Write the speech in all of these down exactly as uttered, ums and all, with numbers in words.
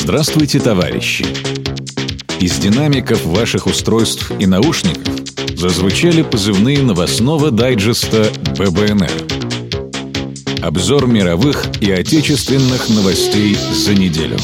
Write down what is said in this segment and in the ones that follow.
Здравствуйте, товарищи! Из динамиков ваших устройств и наушников зазвучали позывные новостного дайджеста бэ бэ эн эр. Обзор мировых и отечественных новостей за неделю.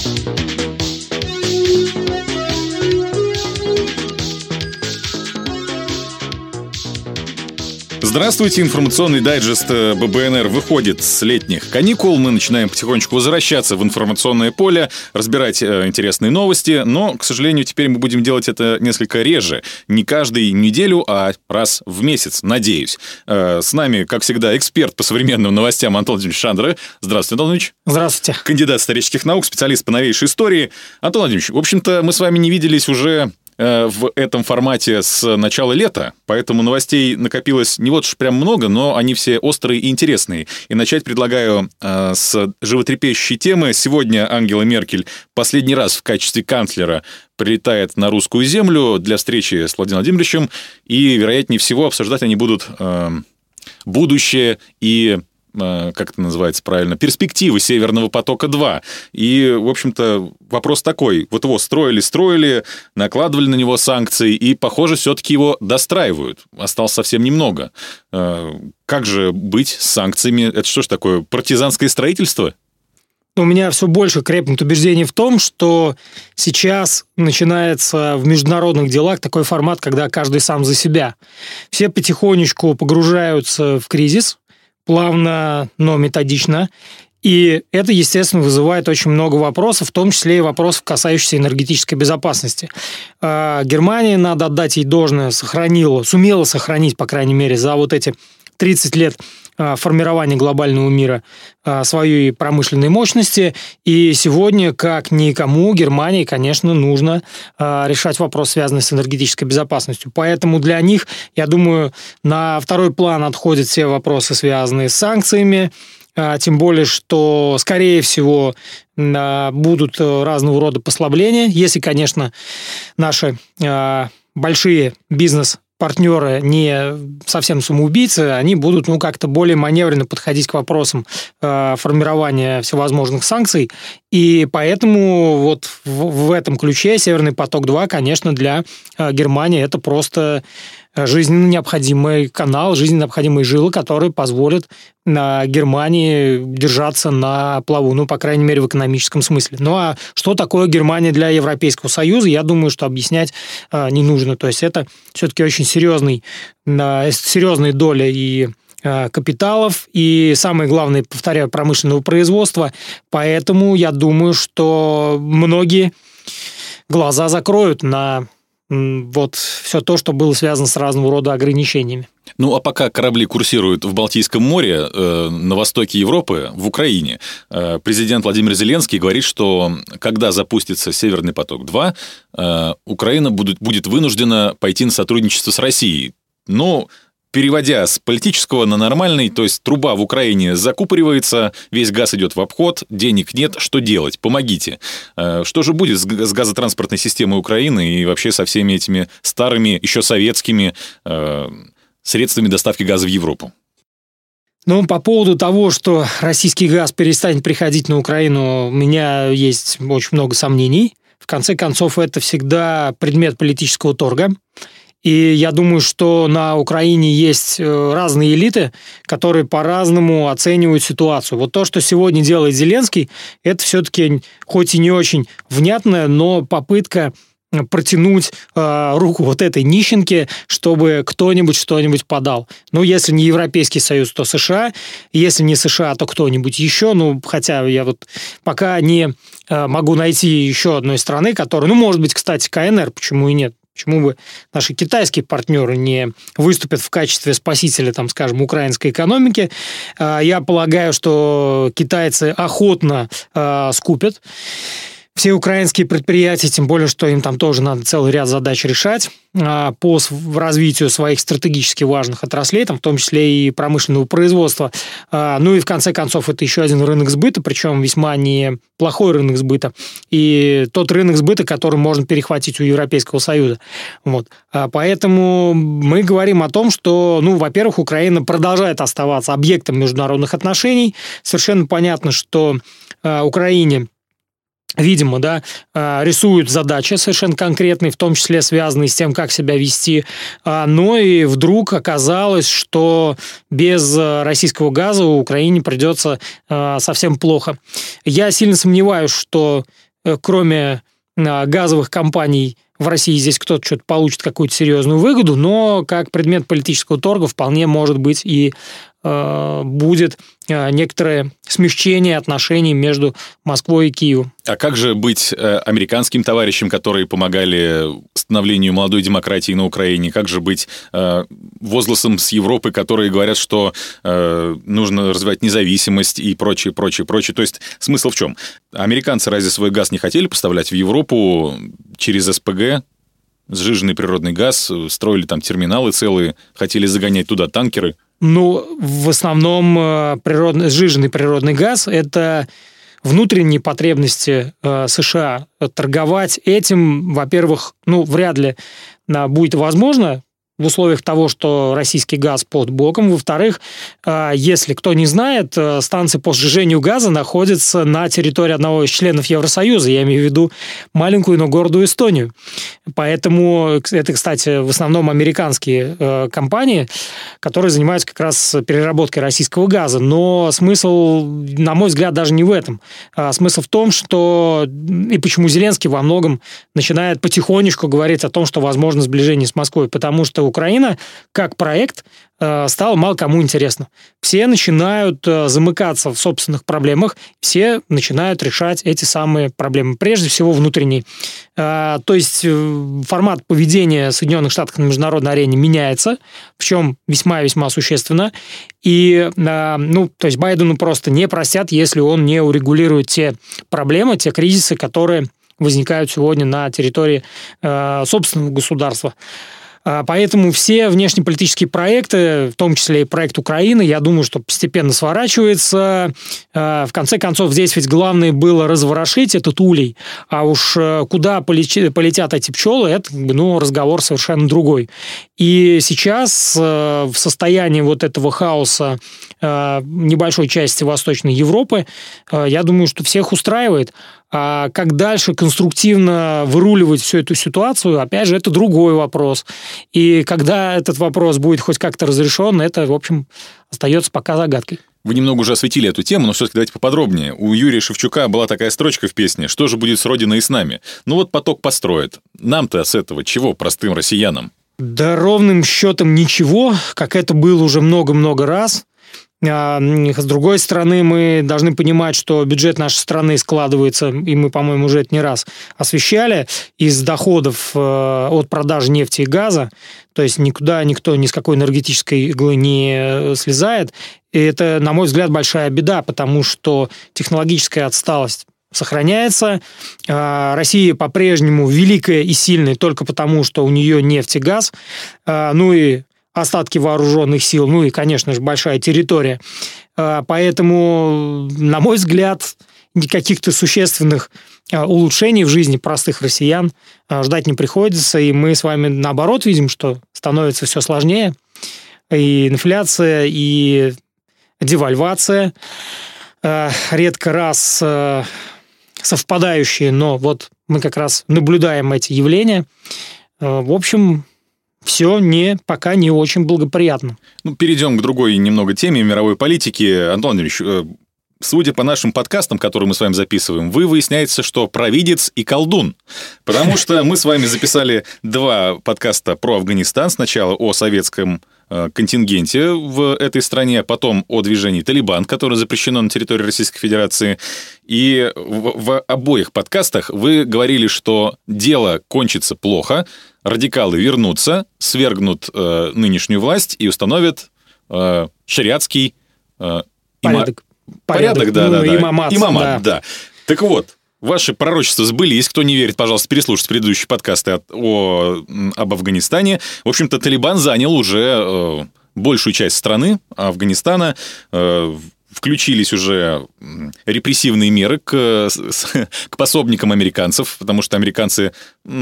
Здравствуйте, информационный дайджест бэ бэ эн эр выходит с летних каникул. Мы начинаем потихонечку возвращаться в информационное поле, разбирать э, интересные новости, но, к сожалению, теперь мы будем делать это несколько реже. Не каждую неделю, а раз в месяц, надеюсь. Э, с нами, как всегда, эксперт по современным новостям Антон Владимирович Шандра. Здравствуйте, Антон Владимирович. Здравствуйте. Кандидат исторических наук, специалист по новейшей истории. Антон Владимирович, в общем-то, мы с вами не виделись уже в этом формате с начала лета, поэтому новостей накопилось не вот уж прям много, но они все острые и интересные. И начать предлагаю э, с животрепещущей темы. Сегодня Ангела Меркель последний раз в качестве канцлера прилетает на русскую землю для встречи с Владимиром Владимировичем, и, вероятнее всего, обсуждать они будут э, будущее и... как это называется правильно, перспективы Северного потока-два. И, в общем-то, вопрос такой. Вот его строили-строили, накладывали на него санкции, и, похоже, все-таки его достраивают. Осталось совсем немного. Как же быть с санкциями? Это что ж такое, партизанское строительство? У меня все больше крепнет убеждение в том, что сейчас начинается в международных делах такой формат, когда каждый сам за себя. Все потихонечку погружаются в кризис, плавно, но методично. И это, естественно, вызывает очень много вопросов, в том числе и вопросов, касающихся энергетической безопасности. Германия, надо отдать ей должное, сохранила, сумела сохранить, по крайней мере, за вот эти тридцать лет формирования глобального мира своей промышленной мощности. И сегодня, как никому, Германии, конечно, нужно решать вопрос, связанный с энергетической безопасностью. Поэтому для них, я думаю, на второй план отходят все вопросы, связанные с санкциями, тем более, что, скорее всего, будут разного рода послабления, если, конечно, наши большие бизнес партнеры не совсем самоубийцы, они будут, ну, как-то более маневренно подходить к вопросам э, формирования всевозможных санкций. И поэтому вот в, в этом ключе Северный поток-два, конечно, для э, Германии это просто жизненно необходимый канал, жизненно необходимые жилы, которые позволят на Германии держаться на плаву, ну, по крайней мере, в экономическом смысле. Ну, а что такое Германия для Европейского Союза, я думаю, что объяснять э, не нужно. То есть это все-таки очень серьезный, э, серьезная доля и э, капиталов, и самое главное, повторяю, промышленного производства. Поэтому я думаю, что многие глаза закроют на вот все то, что было связано с разного рода ограничениями. Ну, а пока корабли курсируют в Балтийском море, э, на востоке Европы, в Украине, э, президент Владимир Зеленский говорит, что когда запустится Северный поток-два, э, Украина будет, будет вынуждена пойти на сотрудничество с Россией. Но переводя с политического на нормальный, то есть труба в Украине закупоривается, весь газ идет в обход, денег нет, что делать? Помогите. Что же будет с газотранспортной системой Украины и вообще со всеми этими старыми, еще советскими э, средствами доставки газа в Европу? Ну, по поводу того, что российский газ перестанет приходить на Украину, у меня есть очень много сомнений. В конце концов, это всегда предмет политического торга. И я думаю, что на Украине есть разные элиты, которые по-разному оценивают ситуацию. Вот то, что сегодня делает Зеленский, это все-таки хоть и не очень внятная, но попытка протянуть э, руку вот этой нищенке, чтобы кто-нибудь что-нибудь подал. Ну, если не Европейский Союз, то США. Если не США, то кто-нибудь еще. Ну, хотя я вот пока не э, могу найти еще одной страны, которая... Ну, может быть, кстати, ка эн эр, почему и нет? Почему бы наши китайские партнеры не выступят в качестве спасителя, там, скажем, украинской экономики? Я полагаю, что китайцы охотно э, скупят все украинские предприятия, тем более, что им там тоже надо целый ряд задач решать по развитию своих стратегически важных отраслей, там, в том числе и промышленного производства. Ну и, в конце концов, это еще один рынок сбыта, причем весьма неплохой рынок сбыта, и тот рынок сбыта, который можно перехватить у Европейского Союза. Вот. Поэтому мы говорим о том, что, ну, во-первых, Украина продолжает оставаться объектом международных отношений. Совершенно понятно, что Украине видимо, да, рисуют задачи совершенно конкретные, в том числе связанные с тем, как себя вести. Но и вдруг оказалось, что без российского газа Украине придется совсем плохо. Я сильно сомневаюсь, что кроме газовых компаний в России здесь кто-то что-то получит какую-то серьезную выгоду, но как предмет политического торга вполне может быть и э, будет э, некоторое смягчение отношений между Москвой и Киевом. А как же быть э, американским товарищам, которые помогали становлению молодой демократии на Украине? Как же быть э, возгласом с Европы, которые говорят, что э, нужно развивать независимость и прочее, прочее, прочее? То есть смысл в чем? Американцы разве свой газ не хотели поставлять в Европу через СПГ? Сжиженный природный газ, строили там терминалы целые, хотели загонять туда танкеры. Ну, в основном природный, сжиженный природный газ – это внутренние потребности э, США. Торговать этим, во-первых, ну, вряд ли да, будет возможно в условиях того, что российский газ под боком. Во-вторых, если кто не знает, станции по сжижению газа находятся на территории одного из членов Евросоюза. Я имею в виду маленькую, но гордую Эстонию. Поэтому это, кстати, в основном американские компании, которые занимаются как раз переработкой российского газа. Но смысл, на мой взгляд, даже не в этом. Смысл в том, что и почему Зеленский во многом начинает потихонечку говорить о том, что возможно сближение с Москвой. Потому что Украина как проект стала мало кому интересна. Все начинают замыкаться в собственных проблемах, все начинают решать эти самые проблемы, прежде всего внутренние. То есть формат поведения Соединенных Штатов на международной арене меняется, в чем весьма-весьма существенно. И, ну, то есть Байдену просто не простят, если он не урегулирует те проблемы, те кризисы, которые возникают сегодня на территории собственного государства. Поэтому все внешнеполитические проекты, в том числе и проект Украины, я думаю, что постепенно сворачивается. В конце концов, здесь ведь главное было разворошить этот улей, а уж куда полетят эти пчелы, это, ну, разговор совершенно другой. И сейчас в состоянии вот этого хаоса небольшой части Восточной Европы, я думаю, что всех устраивает. А как дальше конструктивно выруливать всю эту ситуацию, опять же, это другой вопрос. И когда этот вопрос будет хоть как-то разрешен, это, в общем, остается пока загадкой. Вы немного уже осветили эту тему, но все-таки давайте поподробнее. У Юрия Шевчука была такая строчка в песне: «Что же будет с Родиной и с нами?» Ну вот поток построит. Нам-то с этого чего, простым россиянам? Да ровным счетом ничего, как это было уже много-много раз. С другой стороны, мы должны понимать, что бюджет нашей страны складывается, и мы, по-моему, уже это не раз освещали, из доходов от продажи нефти и газа. То есть никуда никто ни с какой энергетической иглы не слезает. И это, на мой взгляд, большая беда, потому что технологическая отсталость сохраняется. Россия по-прежнему великая и сильная только потому, что у нее нефть и газ. Ну и остатки вооруженных сил, ну и, конечно же, большая территория. Поэтому, на мой взгляд, каких-то существенных улучшений в жизни простых россиян ждать не приходится, и мы с вами, наоборот, видим, что становится все сложнее. И инфляция, и девальвация, редко раз совпадающие, но вот мы как раз наблюдаем эти явления. В общем, все не, пока не очень благоприятно. Ну, перейдем к другой немного теме мировой политики. Антон Андреевич, судя по нашим подкастам, которые мы с вами записываем, вы выясняется, что провидец и колдун. Потому что мы с вами записали два подкаста про Афганистан. Сначала о советском контингенте в этой стране, потом о движении «Талибан», которое запрещено на территории Российской Федерации. И в, в обоих подкастах вы говорили, что дело кончится плохо, радикалы вернутся, свергнут э, нынешнюю власть и установят э, шариатский э, порядок. Има... Порядок, да, ну, да, да. Имамат, Имамат, да. да. Так вот, ваши пророчества сбылись. Кто не верит, пожалуйста, переслушайте предыдущие подкасты от, о, об Афганистане. В общем-то, Талибан занял уже э, большую часть страны Афганистана. Э, включились уже репрессивные меры к, к пособникам американцев, потому что американцы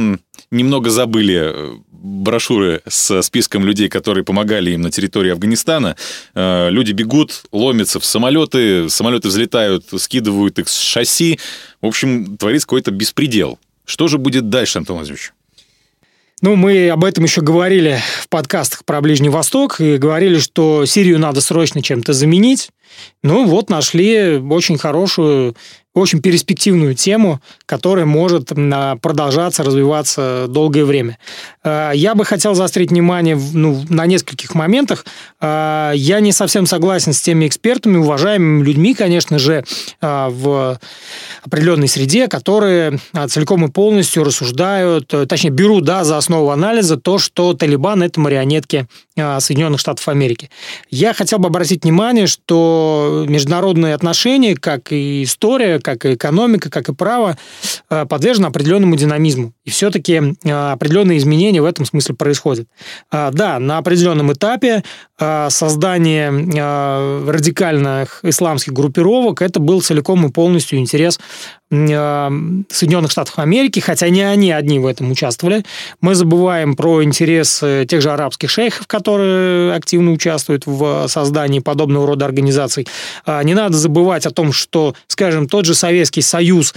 немного забыли брошюры с списком людей, которые помогали им на территории Афганистана. Люди бегут, ломятся в самолеты, самолеты взлетают, скидывают их с шасси. В общем, творится какой-то беспредел. Что же будет дальше, Антон Владимирович? Ну, мы об этом еще говорили в подкастах про Ближний Восток и говорили, что Сирию надо срочно чем-то заменить. Ну, вот нашли очень хорошую, очень перспективную тему, которая может продолжаться, развиваться долгое время. Я бы хотел заострить внимание ну, на нескольких моментах. Я не совсем согласен с теми экспертами, уважаемыми людьми, конечно же, в определенной среде, которые целиком и полностью рассуждают, точнее, берут да, за основу анализа то, что Талибан – это марионетки Соединенных Штатов Америки. Я хотел бы обратить внимание, что международные отношения, как и история, как и экономика, как и право, подвержены определенному динамизму. И все-таки определенные изменения в этом смысле происходят. Да, на определенном этапе создание радикальных исламских группировок – это был целиком и полностью интерес Соединенных Штатов Америки, хотя не они одни в этом участвовали. Мы забываем про интересы тех же арабских шейхов, которые активно участвуют в создании подобного рода организаций. Не надо забывать о том, что, скажем, тот же Советский Союз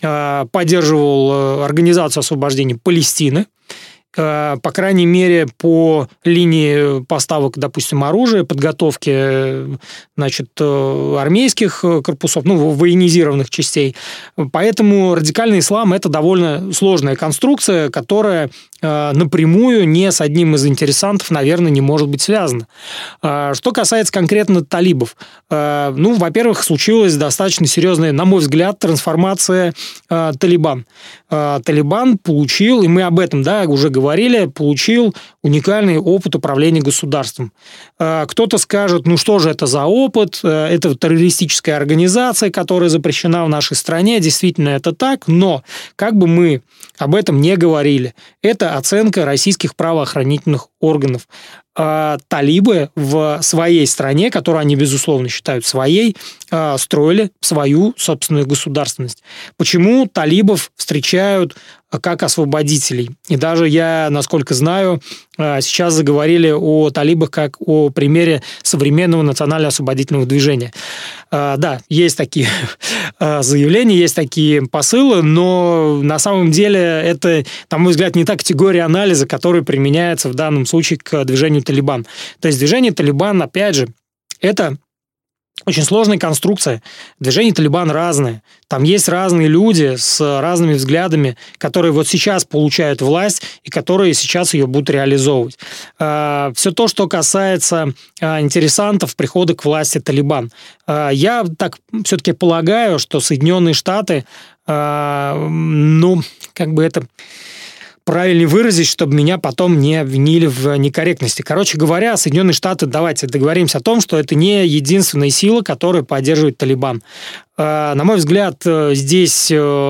поддерживал Организацию освобождения Палестины, по крайней мере, по линии поставок, допустим, оружия, подготовки, значит, армейских корпусов, ну, военизированных частей. Поэтому радикальный ислам – это довольно сложная конструкция, которая напрямую ни с одним из интересантов, наверное, не может быть связана. Что касается конкретно талибов. Ну, во-первых, случилась достаточно серьезная, на мой взгляд, трансформация Талибан. Талибан получил, и мы об этом, да, уже говорили, получил уникальный опыт управления государством. Кто-то скажет, ну что же это за опыт? Это террористическая организация, которая запрещена в нашей стране. Действительно, это так, но как бы мы об этом не говорили, это оценка российских правоохранительных органов. Талибы в своей стране, которую они, безусловно, считают своей, строили свою собственную государственность. Почему талибов встречают как освободителей? И даже я, насколько знаю, сейчас заговорили о талибах как о примере современного национально-освободительного движения. Да, есть такие заявления, есть такие посылы, но на самом деле это, на мой взгляд, не та категория анализа, которая применяется в данном случае к движению Талибан. То есть движение Талибан, опять же, это очень сложная конструкция. Движение Талибан разное. Там есть разные люди с разными взглядами, которые вот сейчас получают власть и которые сейчас ее будут реализовывать. Все то, что касается интересантов прихода к власти Талибан. Я так все-таки полагаю, что Соединенные Штаты, ну, как бы это правильнее выразить, чтобы меня потом не обвинили в некорректности. Короче говоря, Соединенные Штаты, давайте договоримся о том, что это не единственная сила, которая поддерживает Талибан. На мой взгляд, здесь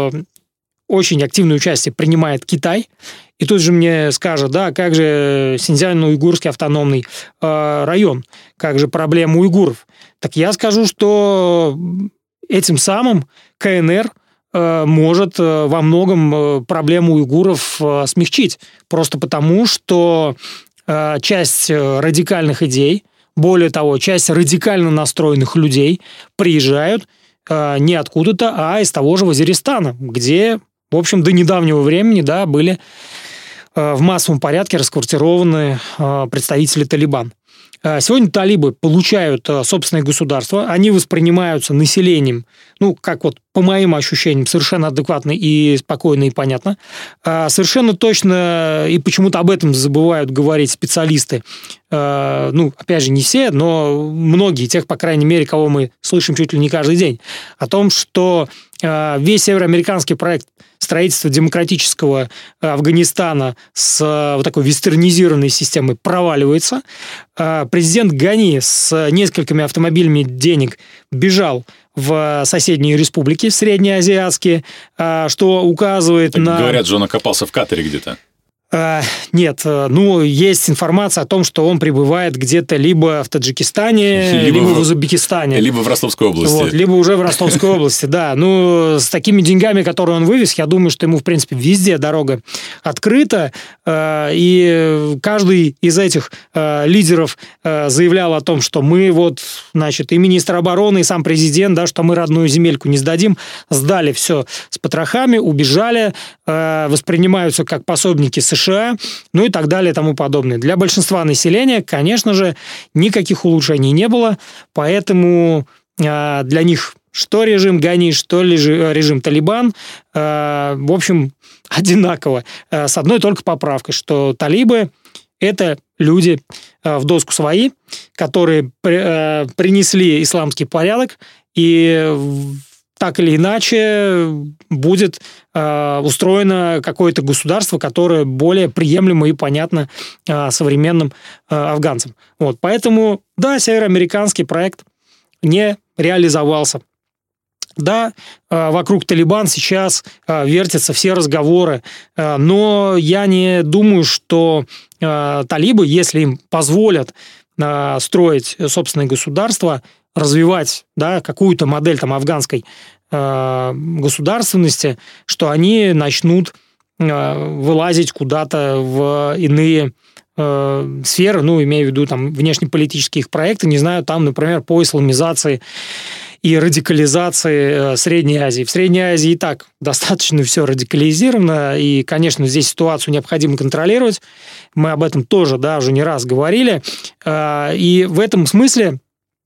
очень активное участие принимает Китай. И тут же мне скажут, да, как же Синьцзянь-Уйгурский автономный район, как же проблема уйгуров. Так я скажу, что этим самым КНР может во многом проблему уйгуров смягчить. Просто потому, что часть радикальных идей, более того, часть радикально настроенных людей приезжают не откуда-то, а из того же Вазиристана, где, в общем, до недавнего времени, да, были в массовом порядке расквартированы представители Талибан. Сегодня талибы получают собственное государство, они воспринимаются населением, ну, как вот по моим ощущениям, совершенно адекватно и спокойно и понятно. Совершенно точно, и почему-то об этом забывают говорить специалисты, ну, опять же, не все, но многие, тех, по крайней мере, кого мы слышим чуть ли не каждый день, о том, что весь североамериканский проект строительства демократического Афганистана с вот такой вестернизированной системой проваливается. Президент Гани с несколькими автомобилями денег бежал в соседние республики среднеазиатские, что указывает так на... Говорят же, он окопался в Катаре где-то. Нет, ну, есть информация о том, что он пребывает где-то либо в Таджикистане, либо, либо в Узбекистане. Либо в Ростовской области. Вот, либо уже в Ростовской области, да. Ну, с такими деньгами, которые он вывез, я думаю, что ему, в принципе, везде дорога открыта. И каждый из этих лидеров заявлял о том, что мы вот, значит, и министр обороны, и сам президент, да, что мы родную земельку не сдадим, сдали все с потрохами, убежали, воспринимаются как пособники США, ну и так далее и тому подобное. Для большинства населения, конечно же, никаких улучшений не было, поэтому э, для них что режим Гани, что режим Талибан, э, в общем, одинаково. Э, с одной только поправкой, что талибы – это люди э, в доску свои, которые при, э, принесли исламский порядок, и так или иначе будет э, устроено какое-то государство, которое более приемлемо и понятно э, современным э, афганцам. Вот, поэтому, да, североамериканский проект не реализовался. Да, э, вокруг Талибан сейчас э, вертятся все разговоры, э, но я не думаю, что э, талибы, если им позволят э, строить собственное государство, развивать, да, какую-то модель там афганской э, государственности, что они начнут э, вылазить куда-то в иные э, сферы, ну, имею в виду там внешнеполитические их проекты, не знаю, там, например, по исламизации и радикализации э, Средней Азии. В Средней Азии и так достаточно все радикализировано, и, конечно, здесь ситуацию необходимо контролировать. Мы об этом тоже, да, уже не раз говорили. Э, и в этом смысле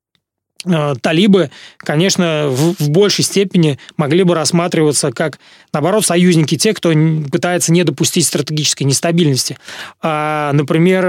талибы, конечно, в, в большей степени могли бы рассматриваться как, наоборот, союзники, те, кто пытается не допустить стратегической нестабильности. А, например,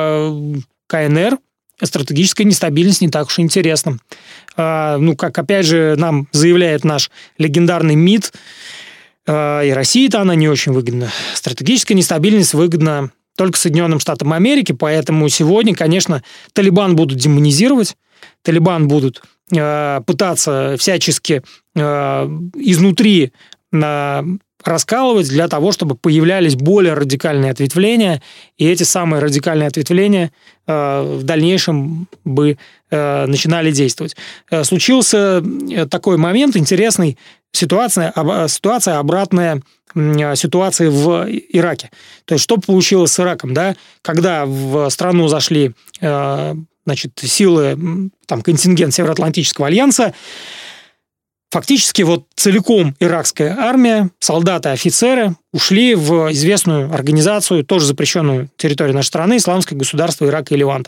КНР, стратегическая нестабильность не так уж и интересна. А, ну, как, опять же, нам заявляет наш легендарный МИД, а, и России-то она не очень выгодна. Стратегическая нестабильность выгодна только Соединенным Штатам Америки, поэтому сегодня, конечно, Талибан будут демонизировать, Талибан будут э, пытаться всячески э, изнутри э, раскалывать для того, чтобы появлялись более радикальные ответвления, и эти самые радикальные ответвления э, в дальнейшем бы э, начинали действовать. Э, случился такой момент интересный, ситуация, об, ситуация обратная э, ситуации в Ираке. То есть, что получилось с Ираком, да? Когда в страну зашли э, значит, силы, там, контингент Североатлантического альянса, фактически вот целиком иракская армия, солдаты, офицеры ушли в известную организацию, тоже запрещенную территорию нашей страны, Исламское государство Ирака и Леванта.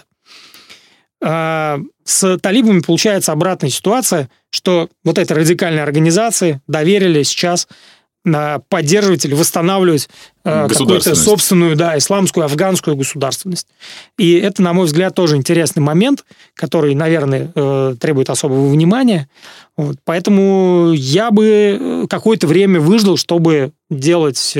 А с талибами получается обратная ситуация, что вот этой радикальной организации доверили сейчас поддерживать или восстанавливать какую-то собственную, да, исламскую, афганскую государственность. И это, на мой взгляд, тоже интересный момент, который, наверное, требует особого внимания. Вот. Поэтому я бы какое-то время выждал, чтобы делать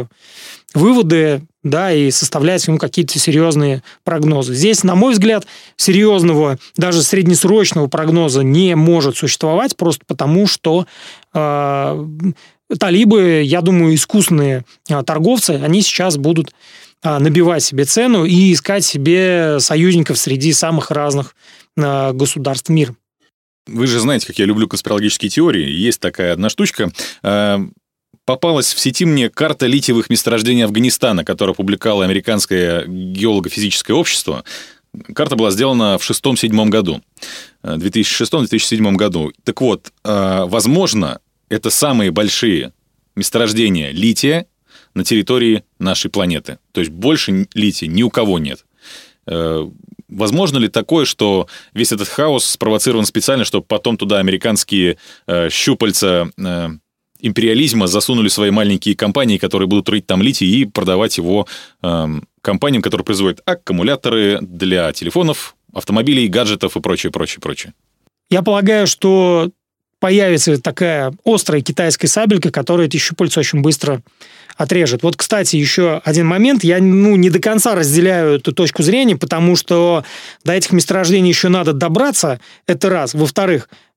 выводы, да, и составлять ему какие-то серьезные прогнозы. Здесь, на мой взгляд, серьезного, даже среднесрочного прогноза не может существовать, просто потому что э, талибы, я думаю, искусные э, торговцы, они сейчас будут э, набивать себе цену и искать себе союзников среди самых разных э, государств мира. Вы же знаете, как я люблю конспирологические теории. Есть такая одна штучка. Попалась в сети мне карта литиевых месторождений Афганистана, которую опубликовало американское геолого-физическое общество. Карта была сделана в шестом-седьмом году, две тысячи шестом - две тысячи седьмом году. Так вот, возможно, это самые большие месторождения лития на территории нашей планеты. То есть больше лития ни у кого нет. Возможно ли такое, что весь этот хаос спровоцирован специально, чтобы потом туда американские щупальца империализма засунули свои маленькие компании, которые будут рыть там литий и продавать его э, компаниям, которые производят аккумуляторы для телефонов, автомобилей, гаджетов и прочее, прочее, прочее? Я полагаю, что появится такая острая китайская сабелька, которая эти щупальца очень быстро отрежет. Вот, кстати, еще один момент. Я ну, не до конца разделяю эту точку зрения, потому что до этих месторождений еще надо добраться. Это раз. Во-вторых,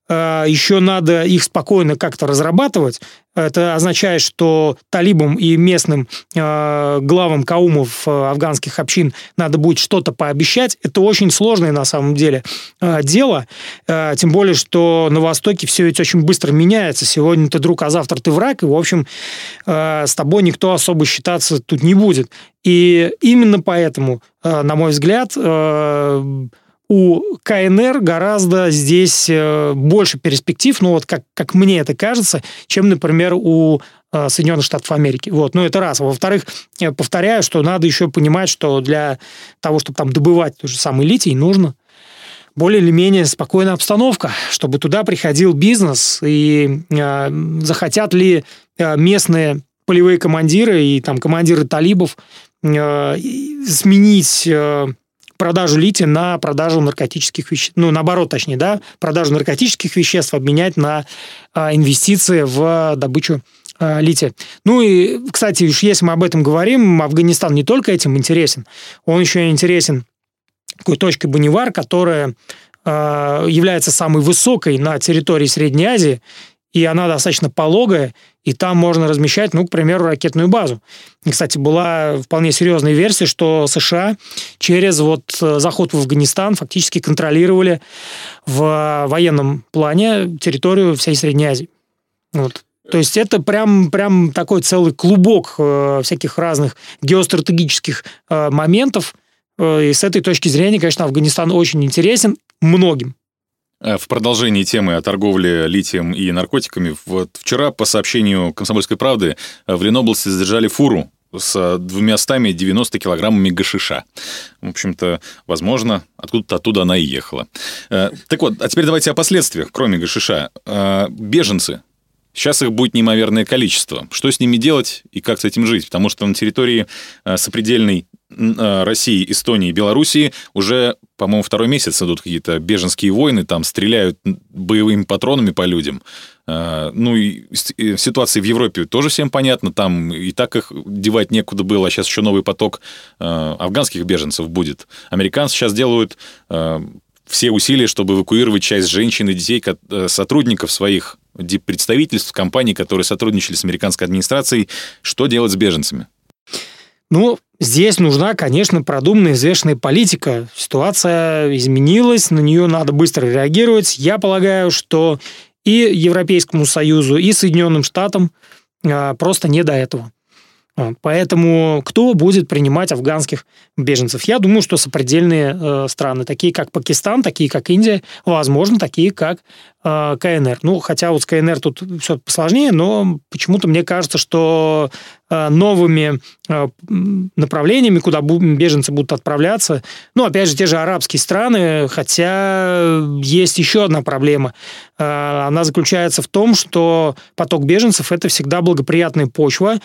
еще надо их спокойно как-то разрабатывать. Это означает, что талибам и местным э, главам каумов э, афганских общин надо будет что-то пообещать. Это очень сложное на самом деле э, дело. Э, тем более, что на Востоке все ведь очень быстро меняется. Сегодня ты друг, а завтра ты враг. И, в общем, э, с тобой никто особо считаться тут не будет. И именно поэтому, э, на мой взгляд, э, у КНР гораздо здесь больше перспектив, ну вот как, как мне это кажется, чем, например, у Соединенных Штатов Америки. Вот. Ну, это раз. Во-вторых, я повторяю, что надо еще понимать, что для того, чтобы там добывать тот же самый литий, нужно более или менее спокойная обстановка, чтобы туда приходил бизнес, и э, захотят ли местные полевые командиры и там командиры талибов э, сменить... Э, продажу лития на продажу наркотических веществ, ну, наоборот, точнее, да, продажу наркотических веществ обменять на а, инвестиции в добычу а, лития. Ну и, кстати, уж если мы об этом говорим, Афганистан не только этим интересен, он еще и интересен такой точкой Бонивар, которая а, является самой высокой на территории Средней Азии, и она достаточно пологая, и там можно размещать, ну, к примеру, ракетную базу. И, кстати, была вполне серьезная версия, что США через вот заход в Афганистан фактически контролировали в военном плане территорию всей Средней Азии. Вот. То есть это прям, прям такой целый клубок э, всяких разных геостратегических э, моментов. Э, и с этой точки зрения, конечно, Афганистан очень интересен многим. В продолжении темы о торговле литием и наркотиками, вот вчера, по сообщению «Комсомольской правды», в Ленобласти задержали фуру с двумястами девяноста килограммами гашиша. В общем-то, возможно, откуда-то оттуда она и ехала. Так вот, а теперь давайте о последствиях, кроме гашиша. Беженцы. Сейчас их будет неимоверное количество. Что с ними делать и как с этим жить? Потому что на территории сопредельной России, Эстонии и Белоруссии уже, по-моему, второй месяц идут какие-то беженские войны, там стреляют боевыми патронами по людям. Ну и ситуация в Европе тоже всем понятна, там и так их девать некуда было, а сейчас еще новый поток афганских беженцев будет. Американцы сейчас делают все усилия, чтобы эвакуировать часть женщин и детей, сотрудников своих представительств, компаний, которые сотрудничали с американской администрацией. Что делать с беженцами? Ну, здесь нужна, конечно, продуманная, взвешенная политика. Ситуация изменилась, на нее надо быстро реагировать. Я полагаю, что и Европейскому Союзу, и Соединенным Штатам а, просто не до этого. Поэтому кто будет принимать афганских беженцев? Я думаю, что сопредельные э, страны, такие как Пакистан, такие как Индия, возможно, такие как э, КНР. Ну, хотя вот с КНР тут все посложнее, но почему-то мне кажется, что э, новыми э, направлениями, куда беженцы будут отправляться, ну, опять же, те же арабские страны, хотя есть еще одна проблема. Э, она заключается в том, что поток беженцев – это всегда благоприятная почва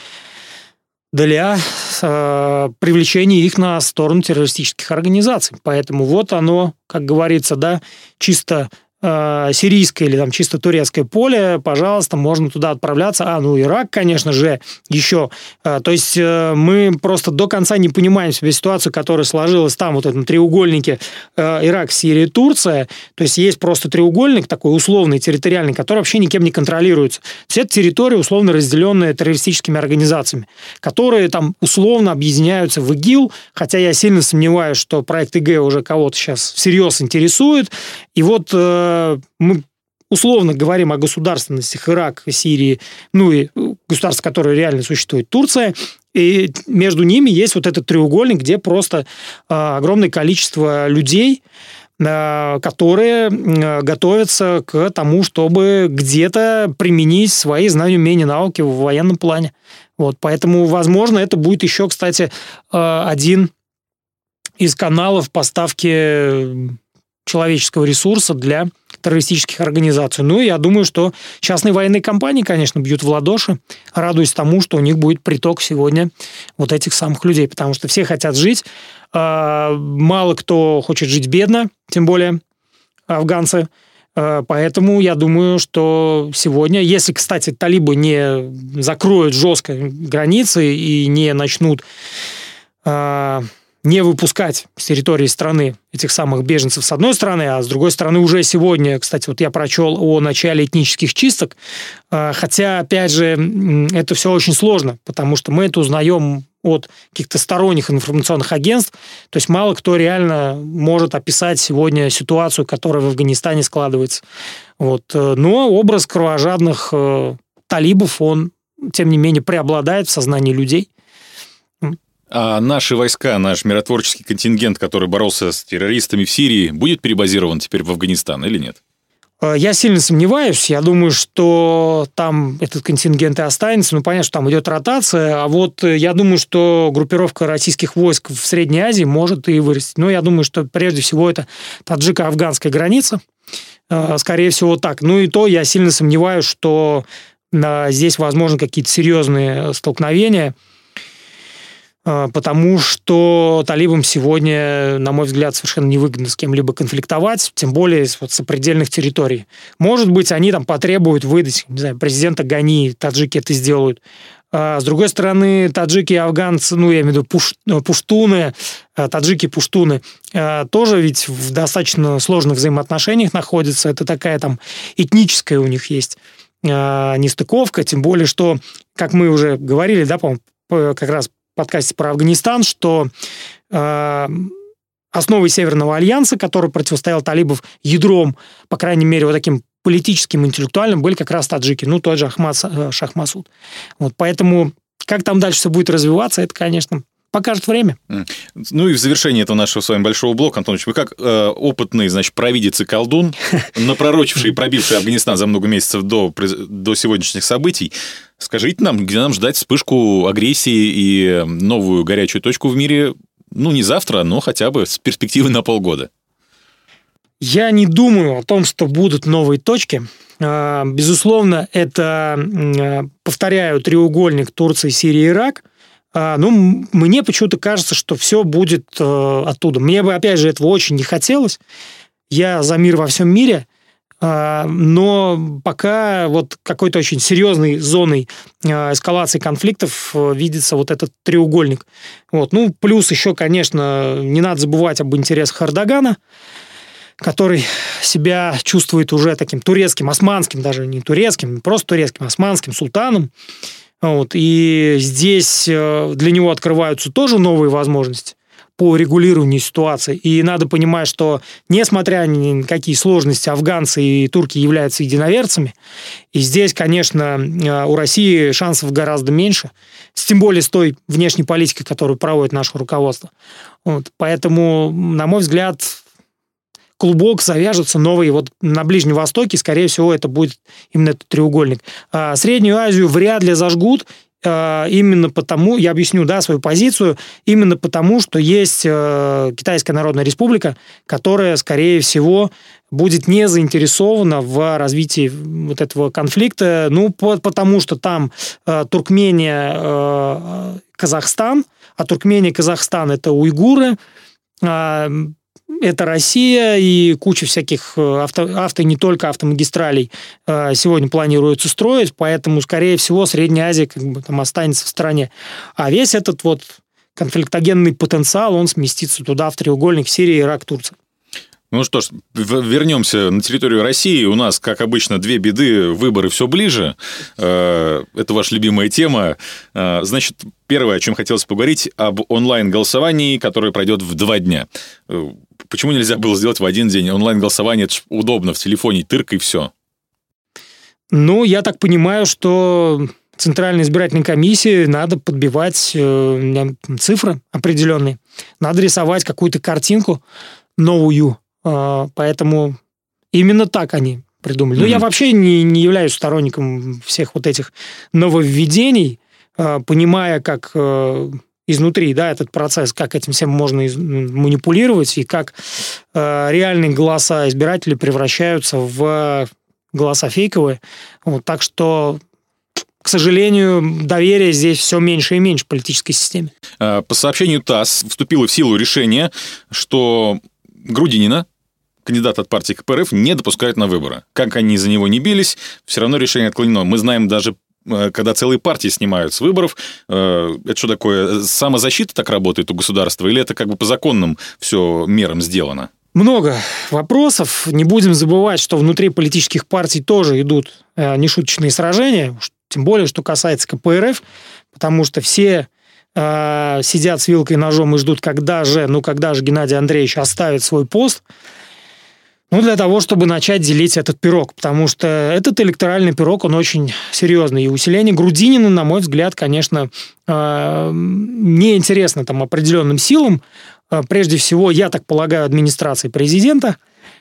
для э, привлечения их на сторону террористических организаций. Поэтому вот оно, как говорится, да, чисто э, сирийское или там чисто турецкое поле, пожалуйста, можно туда отправляться. А, ну, Ирак, конечно же, еще. Э, то есть э, мы просто до конца не понимаем себе ситуацию, которая сложилась там, вот в этом треугольнике э, Ирак, Сирия, Турция. То есть есть просто треугольник такой условный, территориальный, который вообще никем не контролируется. То есть это территория, условно разделенная террористическими организациями, которые там условно объединяются в ИГИЛ, хотя я сильно сомневаюсь, что проект ИГ уже кого-то сейчас всерьез интересует. И вот э, мы условно говорим о государственностях Ирака, Сирии, ну и государств, которые реально существуют, Турция, и между ними есть вот этот треугольник, где просто э, огромное количество людей, э, которые э, готовятся к тому, чтобы где-то применить свои знания, умения, науки в военном плане. Вот, поэтому, возможно, это будет еще, кстати, э, один из каналов поставки человеческого ресурса для террористических организаций. Ну, и я думаю, что частные военные компании, конечно, бьют в ладоши, радуясь тому, что у них будет приток сегодня вот этих самых людей, потому что все хотят жить, мало кто хочет жить бедно, тем более афганцы. Поэтому я думаю, что сегодня, если, кстати, талибы не закроют жестко границы и не начнут не выпускать с территории страны этих самых беженцев с одной стороны, а с другой стороны уже сегодня, кстати, вот я прочел о начале этнических чисток, хотя, опять же, это все очень сложно, потому что мы это узнаем от каких-то сторонних информационных агентств, то есть мало кто реально может описать сегодня ситуацию, которая в Афганистане складывается. Вот. Но образ кровожадных талибов, он, тем не менее, преобладает в сознании людей. А наши войска, наш миротворческий контингент, который боролся с террористами в Сирии, будет перебазирован теперь в Афганистан или нет? Я сильно сомневаюсь. Я думаю, что там этот контингент и останется. Ну, понятно, что там идет ротация. А вот я думаю, что группировка российских войск в Средней Азии может и вырасти. Но я думаю, что прежде всего это таджико-афганская граница. Скорее всего, так. Ну и то я сильно сомневаюсь, что здесь возможны какие-то серьезные столкновения, потому что талибам сегодня, на мой взгляд, совершенно невыгодно с кем-либо конфликтовать, тем более вот с сопредельных территорий. Может быть, они там потребуют выдать, не знаю, президента Гани, таджики это сделают. А с другой стороны, таджики и афганцы, ну, я имею в виду пуш, пуштуны, таджики и пуштуны, тоже ведь в достаточно сложных взаимоотношениях находятся. Это такая там этническая у них есть нестыковка, тем более, что, как мы уже говорили, да, по-моему, как раз подкасте про Афганистан, что э, основой Северного альянса, который противостоял талибов ядром, по крайней мере, вот таким политическим, интеллектуальным, были как раз таджики, ну, тот же Ахмад Шах Масуд. Вот, поэтому как там дальше все будет развиваться, это, конечно, покажет время. Ну и в завершении этого нашего с вами большого блока, Антонович, вы как э, опытный, значит, провидец и колдун, напророчивший и пробивший Афганистан за много месяцев до, до сегодняшних событий, скажите нам, где нам ждать вспышку агрессии и новую горячую точку в мире, ну, не завтра, но хотя бы с перспективой на полгода? Я не думаю о том, что будут новые точки. Безусловно, это, повторяю, треугольник Турции, Сирии, Ирак. Ну, мне почему-то кажется, что все будет э, оттуда. Мне бы, опять же, этого очень не хотелось. Я за мир во всем мире, э, но пока вот какой-то очень серьезной зоной э, эскалации конфликтов э, видится вот этот треугольник. Вот. Ну, плюс еще, конечно, не надо забывать об интересах Эрдогана, который себя чувствует уже таким турецким, османским, даже не турецким, просто турецким, османским султаном. Вот. И здесь для него открываются тоже новые возможности по регулированию ситуации. И надо понимать, что несмотря ни на какие сложности, афганцы и турки являются единоверцами. И здесь, конечно, у России шансов гораздо меньше. Тем более с той внешней политикой, которую проводит наше руководство. Вот. Поэтому, на мой взгляд, клубок завяжется новый. Вот на Ближнем Востоке, скорее всего, это будет именно этот треугольник. А Среднюю Азию вряд ли зажгут, а именно потому, я объясню, да, свою позицию, именно потому, что есть Китайская Народная Республика, которая, скорее всего, будет не заинтересована в развитии вот этого конфликта, ну, потому что там Туркмения, Казахстан, а Туркмения, Казахстан – это уйгуры, это Россия, и куча всяких авто, авто, не только автомагистралей сегодня планируется строить, поэтому, скорее всего, Средняя Азия как бы там останется в стороне. А весь этот вот конфликтогенный потенциал, он сместится туда, в треугольник Сирия, Ирак, Турция. Ну что ж, вернемся на территорию России. У нас, как обычно, две беды, выборы все ближе. Это ваша любимая тема. Значит, первое, о чем хотелось поговорить, об онлайн-голосовании, которое пройдет в два дня. Почему нельзя было сделать в один день? Онлайн-голосование, это ж удобно, в телефоне тырк и все. Ну, я так понимаю, что Центральной избирательной комиссии надо подбивать э, цифры определенные. Надо рисовать какую-то картинку новую. Э, поэтому именно так они придумали. Mm-hmm. Но я вообще не, не являюсь сторонником всех вот этих нововведений, э, понимая, как... Э, изнутри, да, этот процесс, как этим всем можно манипулировать и как э, реальные голоса избирателей превращаются в голоса фейковые. Вот, так что, к сожалению, доверия здесь все меньше и меньше в политической системе. По сообщению ТАСС вступило в силу решение, что Грудинина, кандидат от партии КПРФ, не допускают на выборы. Как они за него не бились, все равно решение отклонено. Мы знаем даже когда целые партии снимают с выборов. Это что такое? Самозащита так работает у государства? Или это как бы по законным все мерам сделано? Много вопросов. Не будем забывать, что внутри политических партий тоже идут нешуточные сражения, тем более, что касается ка пэ эр эф, потому что все э, сидят с вилкой и ножом и ждут, когда же, ну, когда же Геннадий Андреевич оставит свой пост, ну, для того, чтобы начать делить этот пирог, потому что этот электоральный пирог, он очень серьезный. И усиление Грудинина, на мой взгляд, конечно, э, неинтересно там определенным силам, прежде всего, я так полагаю, администрации президента.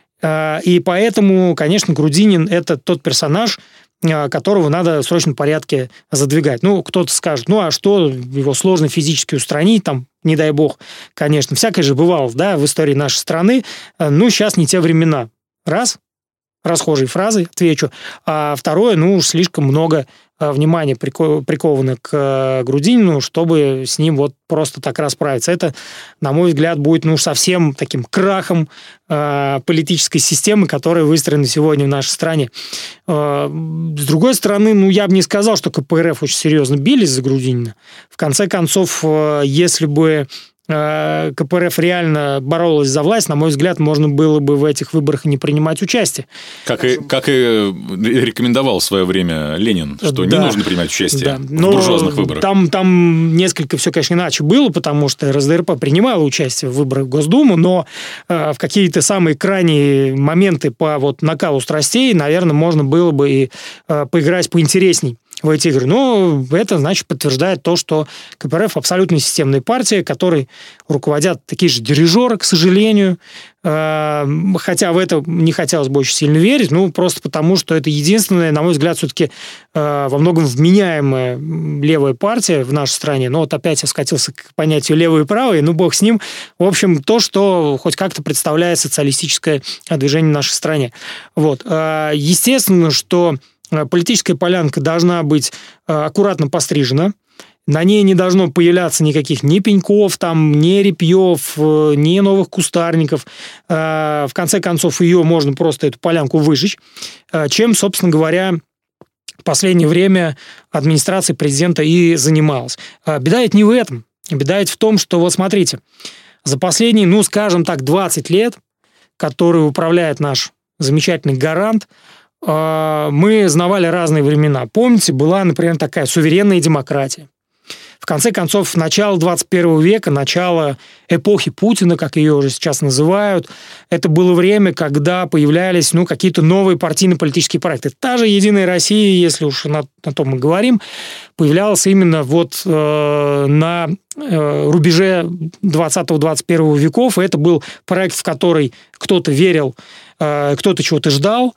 И поэтому, конечно, Грудинин – это тот персонаж, которого надо в срочном порядке задвигать. Ну, кто-то скажет, ну, а что, его сложно физически устранить, там, не дай бог, конечно. Всякое же бывало, да, в истории нашей страны. Ну, сейчас не те времена. Раз, расхожей фразой отвечу. А второе, ну, уж слишком много внимания приковано к Грудинину, чтобы с ним вот просто так расправиться. Это, на мой взгляд, будет, ну, совсем таким крахом э, политической системы, которая выстроена сегодня в нашей стране. Э, с другой стороны, ну, я бы не сказал, что ка пэ эр эф очень серьезно бились за Грудинина. В конце концов, э, если бы ка пэ эр эф реально боролась за власть, на мой взгляд, можно было бы в этих выборах и не принимать участие. Как и, как и рекомендовал в свое время Ленин, что да, не нужно принимать участие да. в Но буржуазных выборах. Там, там несколько все, конечно, иначе было, потому что эр эс дэ эр пэ принимала участие в выборах в Госдуму, но э, в какие-то самые крайние моменты по вот, накалу страстей, наверное, можно было бы и э, поиграть поинтересней в эти игры. Но это, значит, подтверждает то, что ка пэ эр эф абсолютно системная партия, которой руководят такие же дирижеры, к сожалению. Хотя в это не хотелось бы очень сильно верить, ну, просто потому, что это единственная, на мой взгляд, все-таки во многом вменяемая левая партия в нашей стране. Но вот опять я скатился к понятию левое и правое, ну, бог с ним. В общем, то, что хоть как-то представляет социалистическое движение в нашей стране. Вот. Естественно, что политическая полянка должна быть аккуратно пострижена. На ней не должно появляться никаких ни пеньков, там, ни репьев, ни новых кустарников. В конце концов, ее можно просто, эту полянку, выжечь. Чем, собственно говоря, в последнее время администрация президента и занималась. Беда ведь не в этом. Беда ведь в том, что, вот смотрите, за последние, ну, скажем так, двадцать лет, которые управляет наш замечательный гарант, мы знавали разные времена. Помните, была, например, такая суверенная демократия. В конце концов, начало двадцать первого века, начало эпохи Путина, как ее уже сейчас называют, это было время, когда появлялись, ну, какие-то новые партийно-политические проекты. Та же «Единая Россия», если уж на, на том мы говорим, появлялась именно вот э, на э, рубеже двадцатого-двадцать первого веков. И это был проект, в который кто-то верил, э, кто-то чего-то ждал.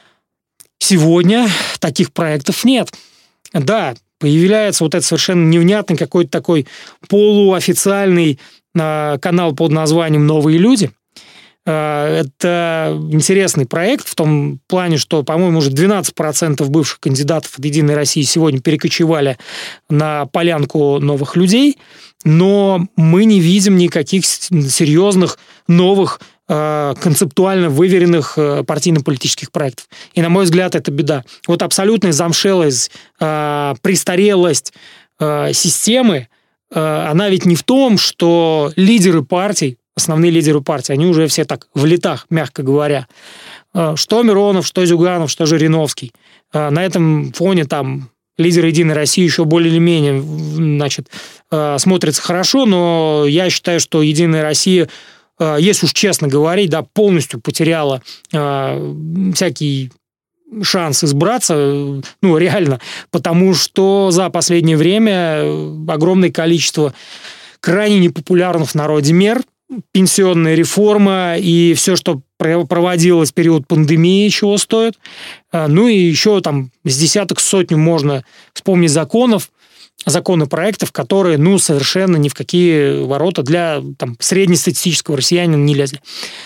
Сегодня таких проектов нет. Да, появляется вот этот совершенно невнятный какой-то такой полуофициальный э, канал под названием «Новые люди». Э, это интересный проект в том плане, что, по-моему, уже двенадцать процентов бывших кандидатов от «Единой России» сегодня перекочевали на полянку новых людей, но мы не видим никаких серьезных новых концептуально выверенных партийно-политических проектов. И, на мой взгляд, это беда. Вот абсолютная замшелость, престарелость системы, она ведь не в том, что лидеры партий, основные лидеры партий, они уже все так в летах, мягко говоря. Что Миронов, что Зюганов, что Жириновский. На этом фоне там лидеры «Единой России» еще более или менее, значит, смотрятся хорошо, но я считаю, что «Единая Россия», если уж честно говорить, да, полностью потеряла э, всякий шанс избраться, ну, реально, потому что за последнее время огромное количество крайне непопулярных в народе мер, пенсионная реформа и все, что проводилось в период пандемии, чего стоит. Ну и еще там с десяток, сотню можно вспомнить законов, законопроектов, которые, ну, совершенно ни в какие ворота для там, среднестатистического россиянина не лезли.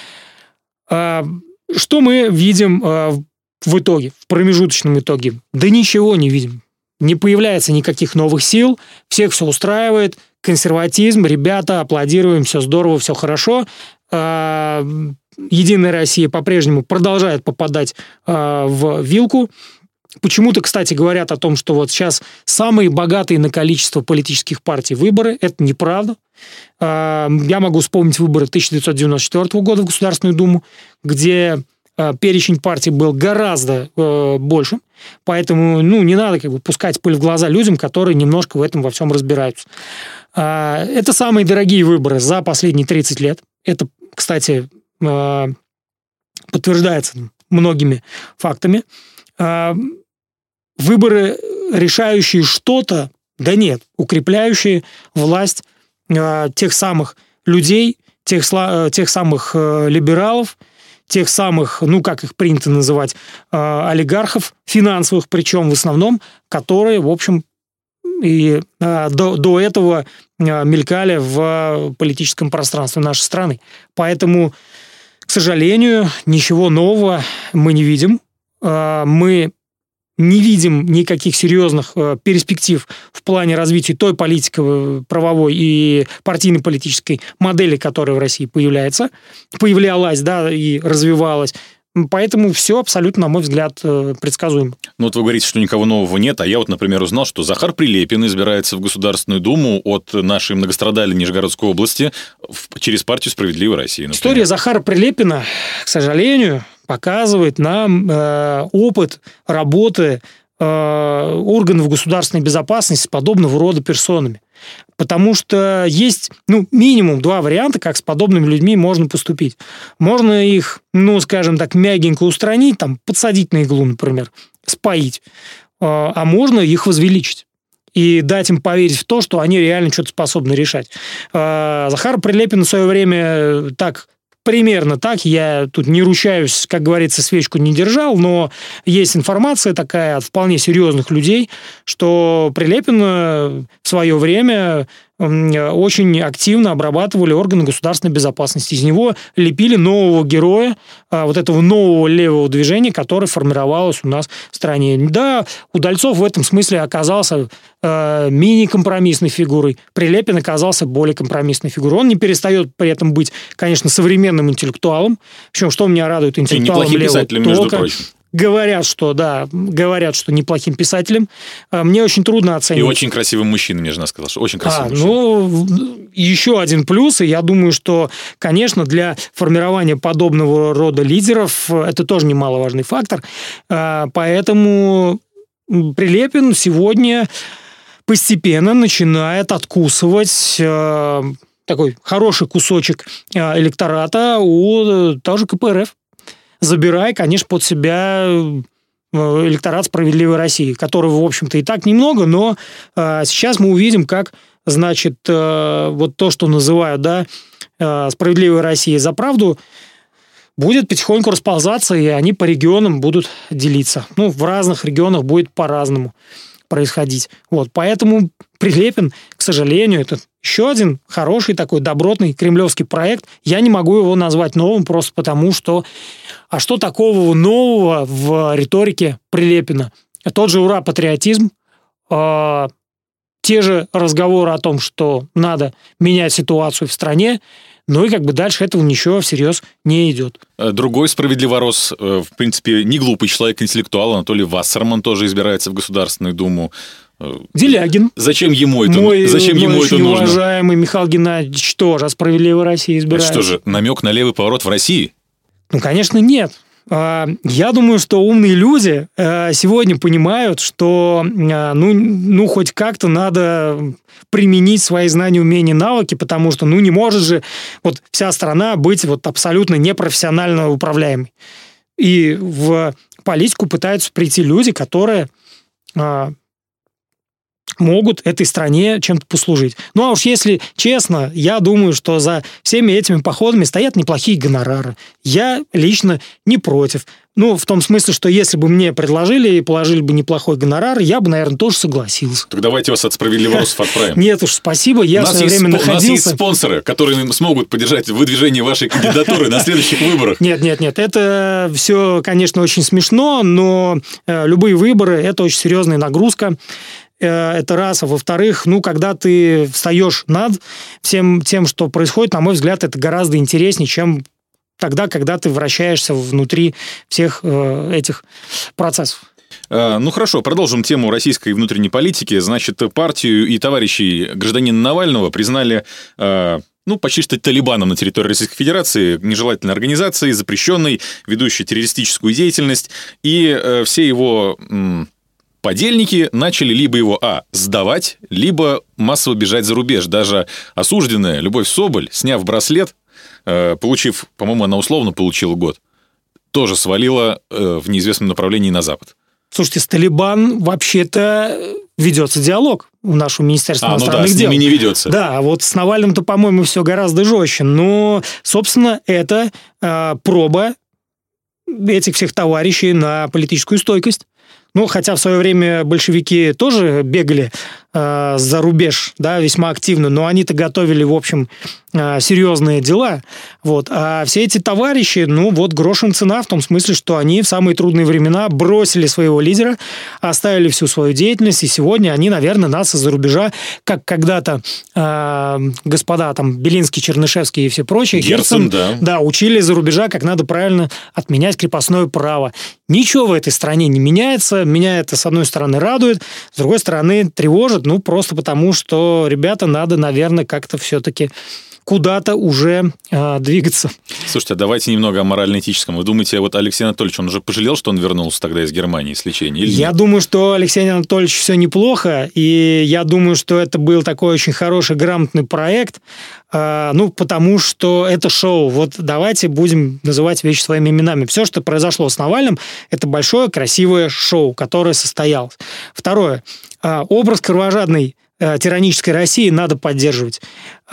Что мы видим в итоге, в промежуточном итоге? Да ничего не видим. Не появляется никаких новых сил, всех все устраивает, консерватизм, ребята, аплодируем, все здорово, все хорошо. Единая Россия по-прежнему продолжает попадать в вилку. почему-то, кстати, говорят о том, что вот сейчас самые богатые на количество политических партий выборы. Это неправда. Я могу вспомнить выборы тысяча девятьсот девяносто четвёртого года в Государственную Думу, где перечень партий был гораздо больше. Поэтому ну, не надо как бы пускать пыль в глаза людям, которые немножко в этом во всем разбираются. Это самые дорогие выборы за последние тридцать лет. Это, кстати, подтверждается многими фактами. Выборы, решающие что-то, да нет, укрепляющие власть тех самых людей, тех, тех самых либералов, тех самых, ну, как их принято называть, олигархов, финансовых, причем в основном, которые, в общем, и до, до этого мелькали в политическом пространстве нашей страны. Поэтому, к сожалению, ничего нового мы не видим. Мы не видим никаких серьезных перспектив в плане развития той политики правовой и партийно-политической модели, которая в России появляется, появлялась, да, и развивалась. Поэтому все абсолютно, на мой взгляд, предсказуемо. Ну вот вы говорите, что никого нового нет, а я вот, например, узнал, что Захар Прилепин избирается в Государственную Думу от нашей многострадальной Нижегородской области через партию «Справедливая Россия». Например. История Захара Прилепина, к сожалению, показывает нам э, опыт работы э, органов государственной безопасности с подобного рода персонами. Потому что есть, ну, минимум два варианта, как с подобными людьми можно поступить. Можно их, ну, скажем так, мягенько устранить, там, подсадить на иглу, например, споить. А можно их возвеличить и дать им поверить в то, что они реально что-то способны решать. Захар Прилепин в свое время так... Примерно так. Я тут не ручаюсь, как говорится, свечку не держал, но есть информация такая от вполне серьезных людей, что Прилепин в свое время очень активно обрабатывали органы государственной безопасности. Из него лепили нового героя, вот этого нового левого движения, которое формировалось у нас в стране. Да, Удальцов в этом смысле оказался э, мини-компромиссной фигурой. Прилепин оказался более компромиссной фигурой. Он не перестает при этом быть, конечно, современным интеллектуалом. Причем, что меня радует, интеллектуалом левого писателем, между прочим. Говорят, что, да, говорят, что неплохим писателем. Мне очень трудно оценить. И очень красивым мужчиной, мне жена сказала, что очень красивый а, мужчина. Ну, еще один плюс, и я думаю, что, конечно, для формирования подобного рода лидеров это тоже немаловажный фактор. Поэтому Прилепин сегодня постепенно начинает откусывать такой хороший кусочек электората у того же ка пэ эр эф. Забирая, конечно, под себя электорат «Справедливой России», которого, в общем-то, и так немного, но э, сейчас мы увидим, как, значит, э, вот то, что называют, да, э, «Справедливая Россия за правду», будет потихоньку расползаться, и они по регионам будут делиться. Ну, в разных регионах будет по-разному происходить. Вот, поэтому Прилепин, к сожалению, это еще один хороший такой добротный кремлевский проект. Я не могу его назвать новым просто потому, что... А что такого нового в риторике Прилепина? Тот же ура-патриотизм, э, те же разговоры о том, что надо менять ситуацию в стране, ну и как бы дальше этого ничего всерьез не идет. Другой справедливорос, в принципе, не глупый человек, интеллектуал, Анатолий Вассерман тоже избирается в Государственную Думу. Делягин. Зачем ему это, мой, зачем мой ему это нужно? Уважаемый Михаил Геннадьевич тоже о «Справедливой России» избирается. Это что же, намек на левый поворот в России? Ну, конечно, нет. Я думаю, что умные люди сегодня понимают, что ну, ну хоть как-то надо применить свои знания, умения, навыки, потому что ну, не может же вот вся страна быть вот абсолютно непрофессионально управляемой. И в политику пытаются прийти люди, которые могут этой стране чем-то послужить. Ну, а уж если честно, я думаю, что за всеми этими походами стоят неплохие гонорары. Я лично не против. Ну, в том смысле, что если бы мне предложили и положили бы неплохой гонорар, я бы, наверное, тоже согласился. Так давайте вас от «Справедливоросов» отправим. Нет уж, спасибо, я в свое время находился... У нас есть спонсоры, которые смогут поддержать выдвижение вашей кандидатуры на следующих выборах. Нет, нет, нет, это все, конечно, очень смешно, но любые выборы – это очень серьезная нагрузка. Это раз. А во-вторых, ну, когда ты встаешь над всем тем, что происходит, на мой взгляд, это гораздо интереснее, чем тогда, когда ты вращаешься внутри всех э, этих процессов. Ну хорошо, продолжим тему российской внутренней политики. Значит, партию и товарищей гражданина Навального признали... ну, почти что талибаном на территории Российской Федерации, нежелательной организацией, запрещенной, ведущей террористическую деятельность. И э, все его м, подельники начали либо его, а, сдавать, либо массово бежать за рубеж. Даже осужденная Любовь Соболь, сняв браслет, э, получив, по-моему, она условно получила год, тоже свалила э, в неизвестном направлении на Запад. Слушайте, с Талибан вообще-то ведется диалог в нашем Министерстве а, иностранных ну да, дел. с ними не ведется. Да, а вот с Навальным-то, по-моему, все гораздо жестче. Но, собственно, это э, проба этих всех товарищей на политическую стойкость. Ну, хотя в свое время большевики тоже бегали э, за рубеж, да, весьма активно, но они-то готовили, в общем, э, серьезные дела. Вот. А все эти товарищи, ну, вот грош им цена в том смысле, что они в самые трудные времена бросили своего лидера, оставили всю свою деятельность, и сегодня они, наверное, нас из-за рубежа, как когда-то э, господа там Белинский, Чернышевский и все прочие, Герцен, да. да, учили из-за рубежа, как надо правильно отменять крепостное право. Ничего в этой стране не меняется. Меня это, с одной стороны, радует, с другой стороны, тревожит, ну, просто потому, что, ребята, надо, наверное, как-то все-таки куда-то уже э, двигаться. Слушайте, а давайте немного о морально-этическом. Вы думаете, вот Алексей Анатольевич, он уже пожалел, что он вернулся тогда из Германии с лечения? Или я нет? думаю, что Алексей Анатольевич все неплохо, и я думаю, что это был такой очень хороший, грамотный проект, э, ну, потому что это шоу. Вот давайте будем называть вещи своими именами. Все, что произошло с Навальным, это большое, красивое шоу, которое состоялось. Второе. Э, образ кровожадной тиранической России надо поддерживать.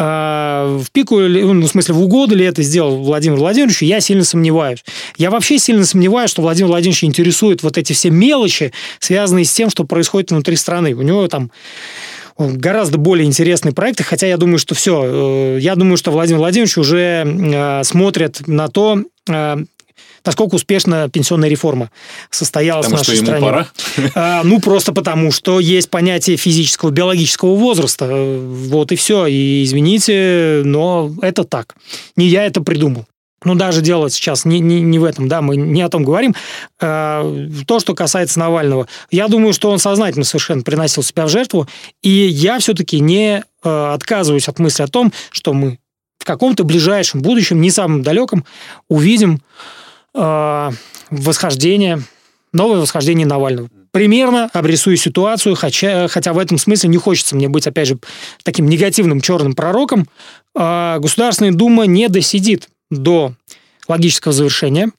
В пику, ну, в смысле, в угоду ли это сделал Владимир Владимирович, я сильно сомневаюсь. Я вообще сильно сомневаюсь, что Владимир Владимирович интересует вот эти все мелочи, связанные с тем, что происходит внутри страны. У него там гораздо более интересные проекты, хотя я думаю, что все. Я думаю, что Владимир Владимирович уже смотрит на то, насколько успешно пенсионная реформа состоялась потому в нашей что стране. Ему пора? А, ну, просто потому, что есть понятие физического, биологического возраста. Вот и все. И извините, но это так. Не я это придумал. Ну, даже дело сейчас не, не, не в этом, да, мы не о том говорим. А, то, что касается Навального, я думаю, что он сознательно совершенно приносил себя в жертву, и я все-таки не а, отказываюсь от мысли о том, что мы в каком-то ближайшем будущем, не самом далеком, увидим восхождение, новое восхождение Навального. Примерно обрисую ситуацию, хотя, хотя в этом смысле не хочется мне быть, опять же, таким негативным черным пророком. Государственная Дума не досидит до логического завершения.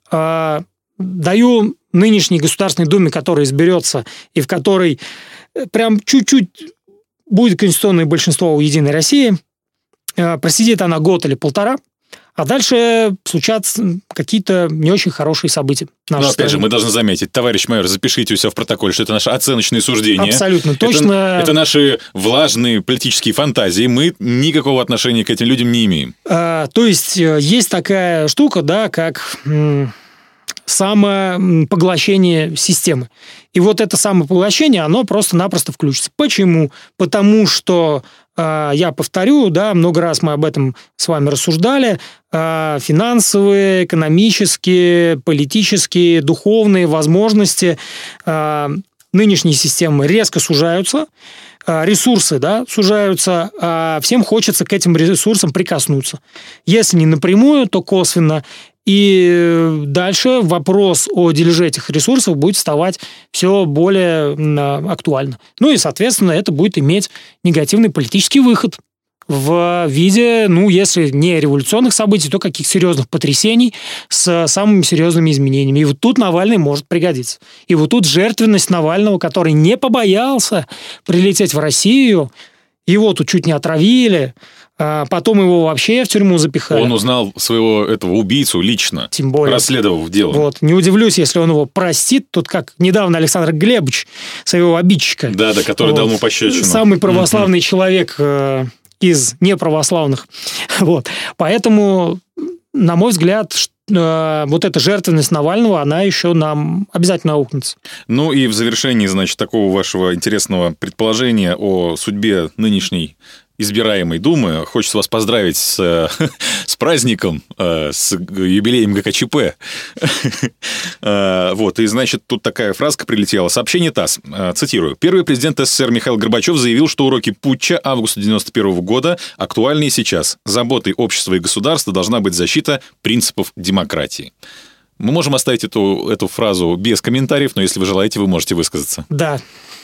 Даю нынешней Государственной Думе, которая изберется, и в которой прям чуть-чуть будет конституционное большинство у «Единой России», просидит она год или полтора, а дальше случатся какие-то не очень хорошие события. Но опять стране. же, мы должны заметить, товарищ майор, запишите у себя в протоколе, что это наши оценочные суждения. Абсолютно точно. Это, это наши влажные политические фантазии. Мы никакого отношения к этим людям не имеем. А, то есть, есть такая штука, да, как м- самопоглощение системы. И вот это самопоглощение, оно просто-напросто включится. Почему? Потому что, э, я повторю, да, много раз мы об этом с вами рассуждали, э, финансовые, экономические, политические, духовные возможности э, нынешней системы резко сужаются, э, ресурсы, да, сужаются, а всем хочется к этим ресурсам прикоснуться. Если не напрямую, то косвенно. И дальше вопрос о дележе этих ресурсов будет вставать все более актуально. Ну и, соответственно, это будет иметь негативный политический выход в виде, ну, если не революционных событий, то каких-то серьезных потрясений с самыми серьезными изменениями. И вот тут Навальный может пригодиться. И вот тут жертвенность Навального, который не побоялся прилететь в Россию, его тут чуть не отравили, потом его вообще в тюрьму запихали. Он узнал своего этого убийцу лично, тем более, расследовав дело. Вот. Не удивлюсь, если он его простит. Тут как недавно Александр Глебович, своего обидчика. Да, да, который вот, дал ему пощечину. Самый православный mm-hmm. человек э, из неправославных. Вот. Поэтому, на мой взгляд, э, вот эта жертвенность Навального, она еще нам обязательно аукнется. Ну и в завершении, значит, такого вашего интересного предположения о судьбе нынешней избираемой Думы. Хочется вас поздравить с, с праздником, с юбилеем ГКЧП. Вот, и, значит, тут такая фразка прилетела. Сообщение ТАСС, цитирую. «Первый президент СССР Михаил Горбачев заявил, что уроки путча августа девяносто первого года актуальны и сейчас. Заботой общества и государства должна быть защита принципов демократии». Мы можем оставить эту, эту фразу без комментариев, но если вы желаете, вы можете высказаться. Да.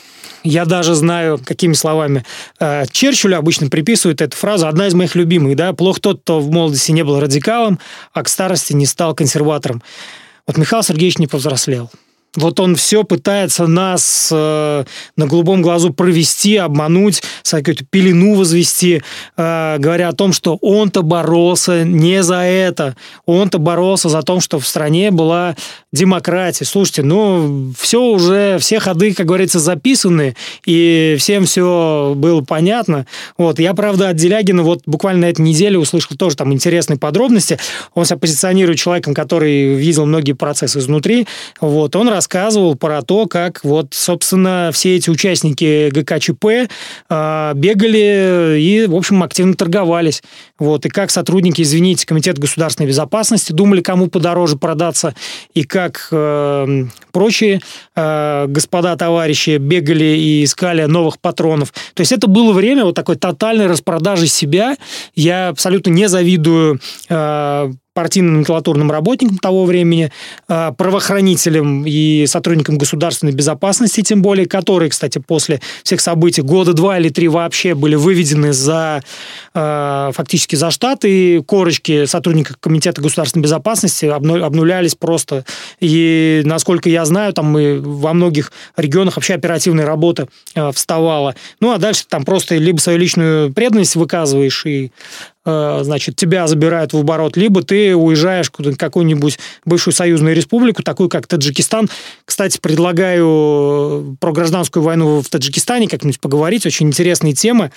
Я даже знаю, какими словами. Черчиллю обычно приписывают эту фразу. Одна из моих любимых. Да? «Плох тот, кто в молодости не был радикалом, а к старости не стал консерватором». Вот Михаил Сергеевич не повзрослел. Вот он все пытается нас э, на голубом глазу провести, обмануть, какую-то пелену возвести, э, говоря о том, что он-то боролся не за это. Он-то боролся за то, что в стране была демократия. Слушайте, ну, все уже, все ходы, как говорится, записаны, и всем все было понятно. Вот. Я, правда, от Делягина вот буквально на этой неделе услышал тоже там интересные подробности. Он себя позиционирует человеком, который видел многие процессы изнутри. Вот. Он рассказывает, рассказывал про то, как вот, собственно, все эти участники ГКЧП э, бегали и, в общем, активно торговались. Вот, и как сотрудники, извините, Комитета государственной безопасности думали, кому подороже продаться, и как э, прочие э, господа, товарищи бегали и искали новых патронов. То есть это было время вот такой тотальной распродажи себя. Я абсолютно не завидую э, партийным номенклатурным работникам того времени, правоохранителям и сотрудникам государственной безопасности, тем более, которые, кстати, после всех событий года два или три вообще были выведены за, фактически за штат, и корочки сотрудников Комитета государственной безопасности обнулялись просто. И, насколько я знаю, там мы во многих регионах вообще оперативная работа вставала. Ну, а дальше там просто либо свою личную преданность выказываешь, и значит, тебя забирают в оборот, либо ты уезжаешь в какую-нибудь бывшую союзную республику, такую как Таджикистан. Кстати, предлагаю про гражданскую войну в Таджикистане как-нибудь поговорить. Очень интересные темы.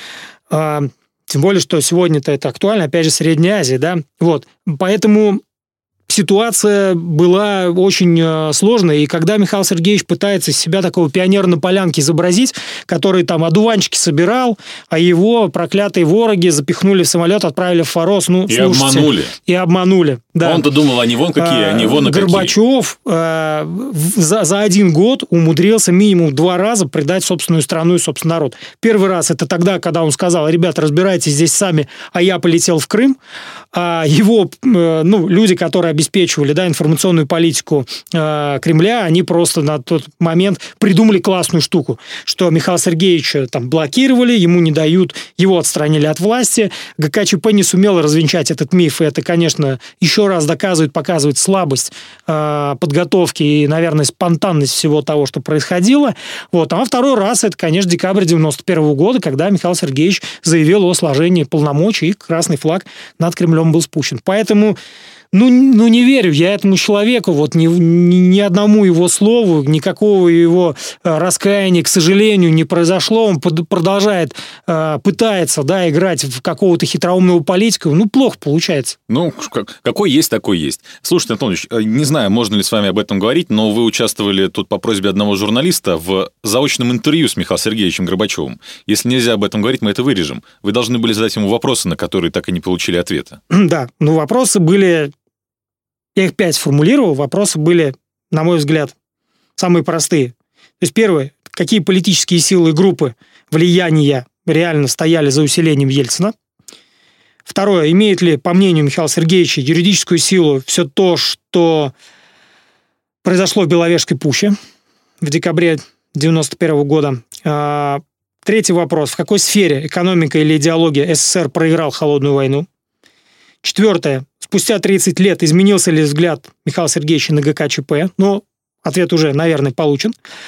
Тем более, что сегодня-то это актуально, опять же, Средняя Азия, да? Вот. Поэтому ситуация была очень сложная, и когда Михаил Сергеевич пытается из себя такого пионера на полянке изобразить, который там одуванчики собирал, а его проклятые вороги запихнули в самолет, отправили в Форос. Ну, и слушайте, обманули. И обманули, да. Он-то думал, они вон какие, они вон какие. Горбачев э, за, за один год умудрился минимум два раза предать собственную страну и собственный народ. Первый раз это тогда, когда он сказал: ребята, разбирайтесь здесь сами, а я полетел в Крым. А его э, ну, люди, которые обеспечивали, да, информационную политику э, Кремля, они просто на тот момент придумали классную штуку, что Михаила Сергеевича там блокировали, ему не дают, его отстранили от власти. ГКЧП не сумел развенчать этот миф, и это, конечно, еще раз доказывает, показывает слабость э, подготовки и, наверное, спонтанность всего того, что происходило. Вот. А второй раз это, конечно, декабрь девяносто первого года, когда Михаил Сергеевич заявил о сложении полномочий, и красный флаг над Кремлем был спущен. Поэтому Ну, ну, не верю я этому человеку, вот ни, ни, ни одному его слову, никакого его э, раскаяния, к сожалению, не произошло. Он под, продолжает, э, пытается, да, играть в какого-то хитроумного политика. Ну, плохо получается. Ну, как, какой есть, такой есть. Слушайте, Антонович, не знаю, можно ли с вами об этом говорить, но вы участвовали тут по просьбе одного журналиста в заочном интервью с Михаилом Сергеевичем Горбачевым. Если нельзя об этом говорить, мы это вырежем. Вы должны были задать ему вопросы, на которые так и не получили ответа. Да, ну, вопросы были... Я их пять сформулировал. Вопросы были, на мой взгляд, самые простые. То есть, первое, какие политические силы и группы влияния реально стояли за усилением Ельцина? Второе, имеет ли, по мнению Михаила Сергеевича, юридическую силу все то, что произошло в Беловежской пуще в декабре девяносто первого года? Третий вопрос, в какой сфере, экономика или идеология, СССР проиграл холодную войну? Четвертое. Спустя тридцать лет изменился ли взгляд Михаила Сергеевича на ГКЧП? Ну, ответ уже, наверное, получен.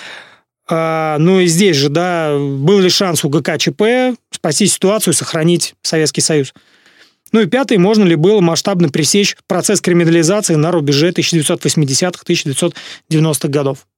А, ну и здесь же, да, был ли шанс у ГКЧП спасти ситуацию, сохранить Советский Союз? Ну и пятый, можно ли было масштабно пресечь процесс криминализации на рубеже тысяча девятьсот восьмидесятых - тысяча девятьсот девяностых годов?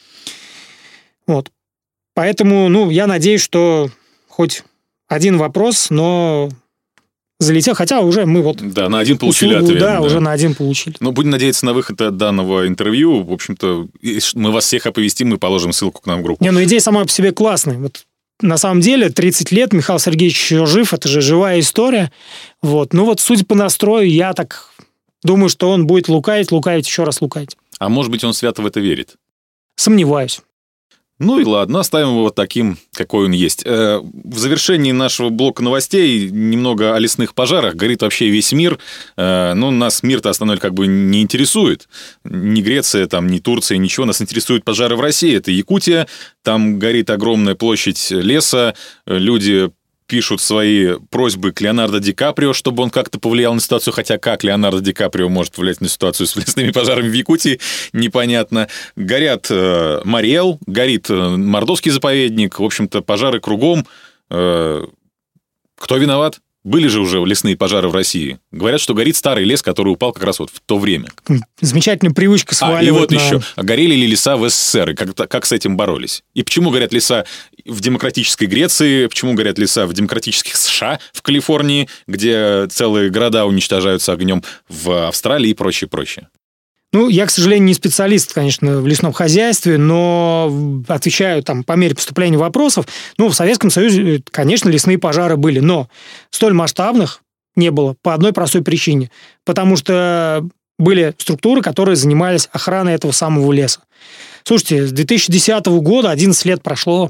Вот. Поэтому, ну, я надеюсь, что хоть один вопрос, но... залетел, хотя уже мы вот... Да, на один получили услугу, ответ. Да, да, уже на один получили. Ну, будем надеяться на выход от данного интервью. В общем-то, мы вас всех оповестим и положим ссылку к нам в группу. Не, ну идея сама по себе классная. Вот на самом деле тридцать лет Михаил Сергеевич еще жив, это же живая история. Вот. Ну вот, судя по настрою, я так думаю, что он будет лукавить, лукавить, еще раз лукавить. А может быть, он свято в это верит? Сомневаюсь. Ну и ладно, оставим его таким, какой он есть. В завершении нашего блока новостей немного о лесных пожарах. Горит вообще весь мир. Но нас мир-то основной как бы не интересует. Ни Греция, там, ни Турция, ничего. Нас интересуют пожары в России. Это Якутия. Там горит огромная площадь леса. Люди пишут свои просьбы к Леонардо Ди Каприо, чтобы он как-то повлиял на ситуацию, хотя как Леонардо Ди Каприо может повлиять на ситуацию с лесными пожарами в Якутии, непонятно. Горят э, Мариэл, горит э, Мордовский заповедник, в общем-то, пожары кругом. Э, кто виноват? Были же уже лесные пожары в России. Говорят, что горит старый лес, который упал как раз вот в то время. Замечательная привычка сваливать. А, и вот на... еще. Горели ли леса в СССР? И как, как с этим боролись? И почему горят леса в демократической Греции? Почему горят леса в демократических США, в Калифорнии, где целые города уничтожаются огнем, в Австралии и прочее, прочее? Ну, я, к сожалению, не специалист, конечно, в лесном хозяйстве, но отвечаю там по мере поступления вопросов. Ну, в Советском Союзе, конечно, лесные пожары были, но столь масштабных не было по одной простой причине. Потому что были структуры, которые занимались охраной этого самого леса. Слушайте, с две тысячи десятого года одиннадцать лет прошло,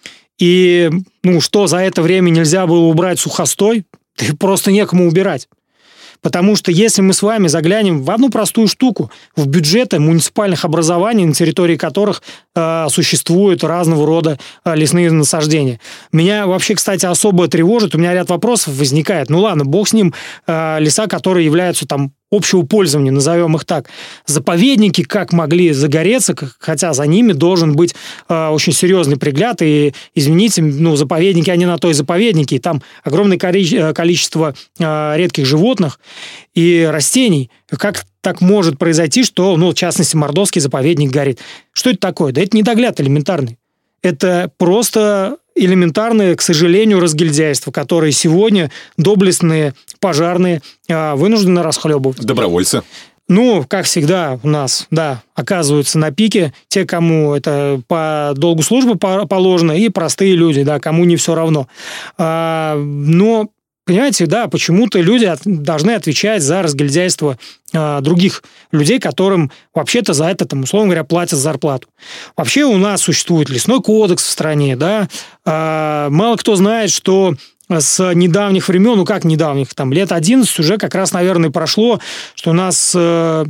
и, ну, что, за это время нельзя было убрать сухостой? Да просто некому убирать. Потому что если мы с вами заглянем в одну простую штуку, в бюджеты муниципальных образований, на территории которых э, существуют разного рода э, лесные насаждения. Меня вообще, кстати, особо тревожит, у меня ряд вопросов возникает. Ну ладно, бог с ним, э, леса, которые являются там общего пользования, назовем их так. Заповедники как могли загореться, хотя за ними должен быть э, очень серьезный пригляд, и, извините, ну, заповедники, они на то и заповедники, и там огромное количество э, редких животных и растений. Как так может произойти, что, ну, в частности, Мордовский заповедник горит? Что это такое? Да это недогляд элементарный. Это просто элементарное, к сожалению, разгильдяйство, которое сегодня доблестные пожарные а, вынуждены расхлебывать. Добровольцы. Ну, как всегда у нас, да, оказываются на пике те, кому это по долгу службы положено, и простые люди, да, кому не все равно. А, но понимаете, да, почему-то люди от, должны отвечать за разгильдяйство а, других людей, которым вообще-то за это, там, условно говоря, платят зарплату. Вообще у нас существует лесной кодекс в стране, да. А, мало кто знает, что с недавних времен, ну как недавних, там лет одиннадцать уже как раз, наверное, прошло, что у нас э,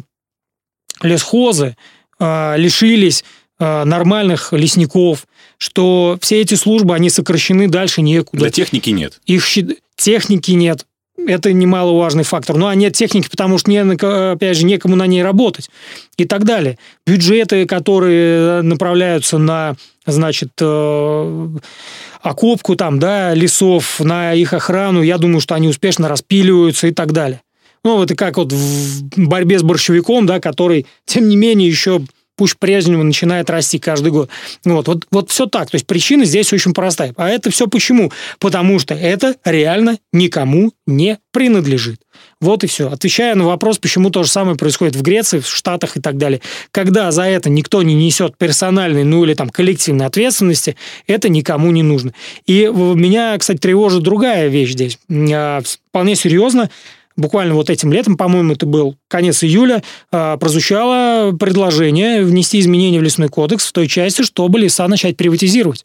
лесхозы э, лишились э, нормальных лесников, что все эти службы, они сокращены дальше некуда. Да техники нет. Их техники нет. Это немаловажный фактор. Ну, а нет техники, потому что, не, опять же, некому на ней работать. И так далее. Бюджеты, которые направляются на, значит, э, окопку там, да, лесов, на их охрану, я думаю, что они успешно распиливаются и так далее. Ну, это как вот в борьбе с борщевиком, да, который, тем не менее, еще пусть прежнего начинает расти каждый год. Вот, вот, вот все так. То есть причина здесь очень простая. А это все почему? Потому что это реально никому не принадлежит. Вот и все. Отвечая на вопрос, почему то же самое происходит в Греции, в Штатах и так далее. Когда за это никто не несет персональной, ну или там коллективной ответственности, это никому не нужно. И меня, кстати, тревожит другая вещь здесь. Вполне серьезно. Буквально вот этим летом, по-моему, это был конец июля, прозвучало предложение внести изменения в лесной кодекс в той части, чтобы леса начать приватизировать.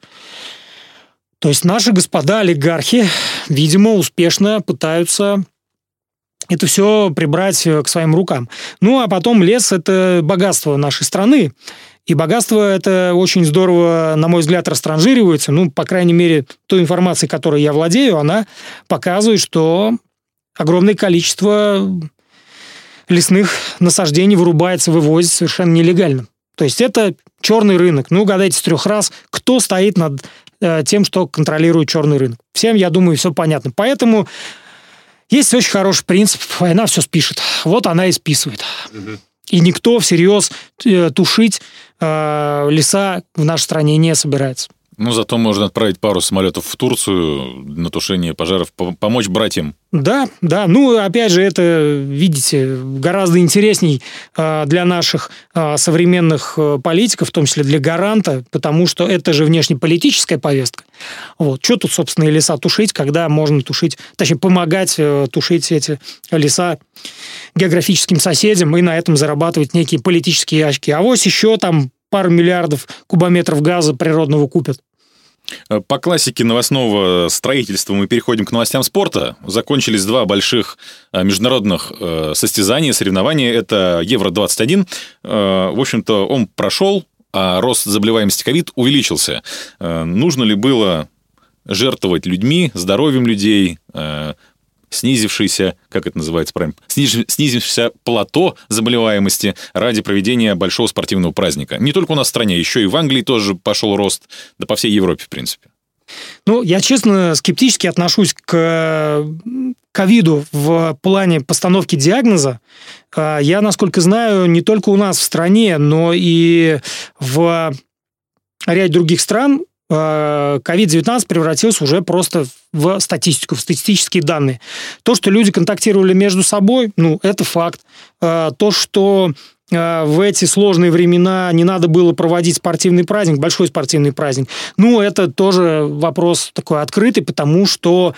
То есть наши господа олигархи, видимо, успешно пытаются это все прибрать к своим рукам. Ну, а потом лес – это богатство нашей страны. И богатство это очень здорово, на мой взгляд, растранжиривается. Ну, по крайней мере, той информацией, которой я владею, она показывает, что огромное количество лесных насаждений вырубается, вывозится совершенно нелегально. То есть это черный рынок. Ну, угадайте с трех раз, кто стоит над э, тем, что контролирует черный рынок. Всем, я думаю, все понятно. Поэтому есть очень хороший принцип. Война все спишет. Вот она и списывает. Угу. И никто всерьез э, тушить э, леса в нашей стране не собирается. Ну, зато можно отправить пару самолетов в Турцию на тушение пожаров, помочь братьям. Да, да. Ну, опять же, это, видите, гораздо интересней для наших современных политиков, в том числе для гаранта, потому что это же внешнеполитическая повестка. Вот. Что тут, собственно, и леса тушить, когда можно тушить, точнее, помогать тушить эти леса географическим соседям и на этом зарабатывать некие политические очки. А вот еще там пару миллиардов кубометров газа природного купят. По классике новостного строительства мы переходим к новостям спорта. Закончились два больших международных состязания, соревнования. Это Евро двадцать один. В общем-то, он прошел, а рост заболеваемости ковид увеличился. Нужно ли было жертвовать людьми, здоровьем людей, снизившийся, как это называется правильно, снизившийся плато заболеваемости ради проведения большого спортивного праздника? Не только у нас в стране, еще и в Англии тоже пошел рост, да по всей Европе, в принципе. Ну, я, честно, скептически отношусь к ковиду в плане постановки диагноза. Я, насколько знаю, не только у нас в стране, но и в ряде других стран ковид девятнадцать превратился уже просто в статистику, в статистические данные. То, что люди контактировали между собой, ну, это факт. То, что в эти сложные времена не надо было проводить спортивный праздник, большой спортивный праздник, ну, это тоже вопрос такой открытый, потому что,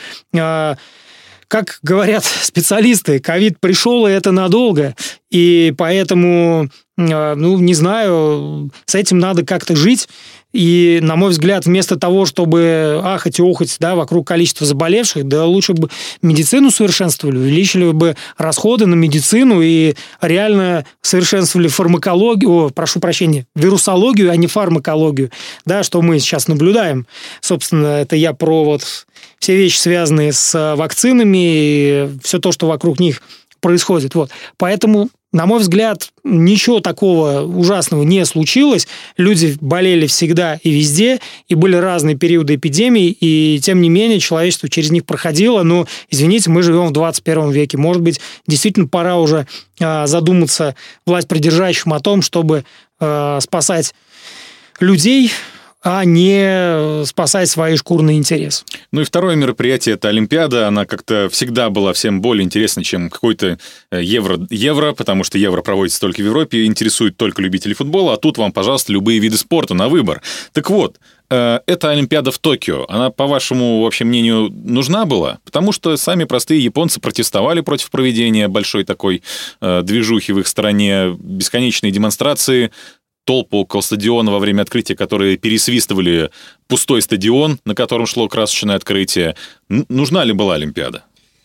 как говорят специалисты, ковид пришел, и это надолго, и поэтому, ну, не знаю, с этим надо как-то жить. И, на мой взгляд, вместо того, чтобы ахать и охать, да, вокруг количества заболевших, да лучше бы медицину совершенствовали, увеличили бы расходы на медицину и реально совершенствовали фармакологию, о, прошу прощения, вирусологию, а не фармакологию, да, что мы сейчас наблюдаем. Собственно, это я про вот все вещи, связанные с вакцинами, и все то, что вокруг них происходит. Вот. Поэтому, на мой взгляд, ничего такого ужасного не случилось. Люди болели всегда и везде, и были разные периоды эпидемии, и, тем не менее, человечество через них проходило. Но, извините, мы живем в двадцать первом веке. Может быть, действительно пора уже э, задуматься власть придержащим о том, чтобы э, спасать людей, а не спасать свои шкурные интересы. Ну и второе мероприятие – это Олимпиада. Она как-то всегда была всем более интересна, чем какой-то евро, евро, потому что евро проводится только в Европе, интересует только любителей футбола, а тут вам, пожалуйста, любые виды спорта на выбор. Так вот, эта Олимпиада в Токио, она, по вашему, вообще мнению, нужна была? Потому что сами простые японцы протестовали против проведения большой такой движухи в их стране, бесконечные демонстрации, толпу около стадиона во время открытия, которые пересвистывали пустой стадион, на котором шло красочное открытие. Н- нужна ли была Олимпиада?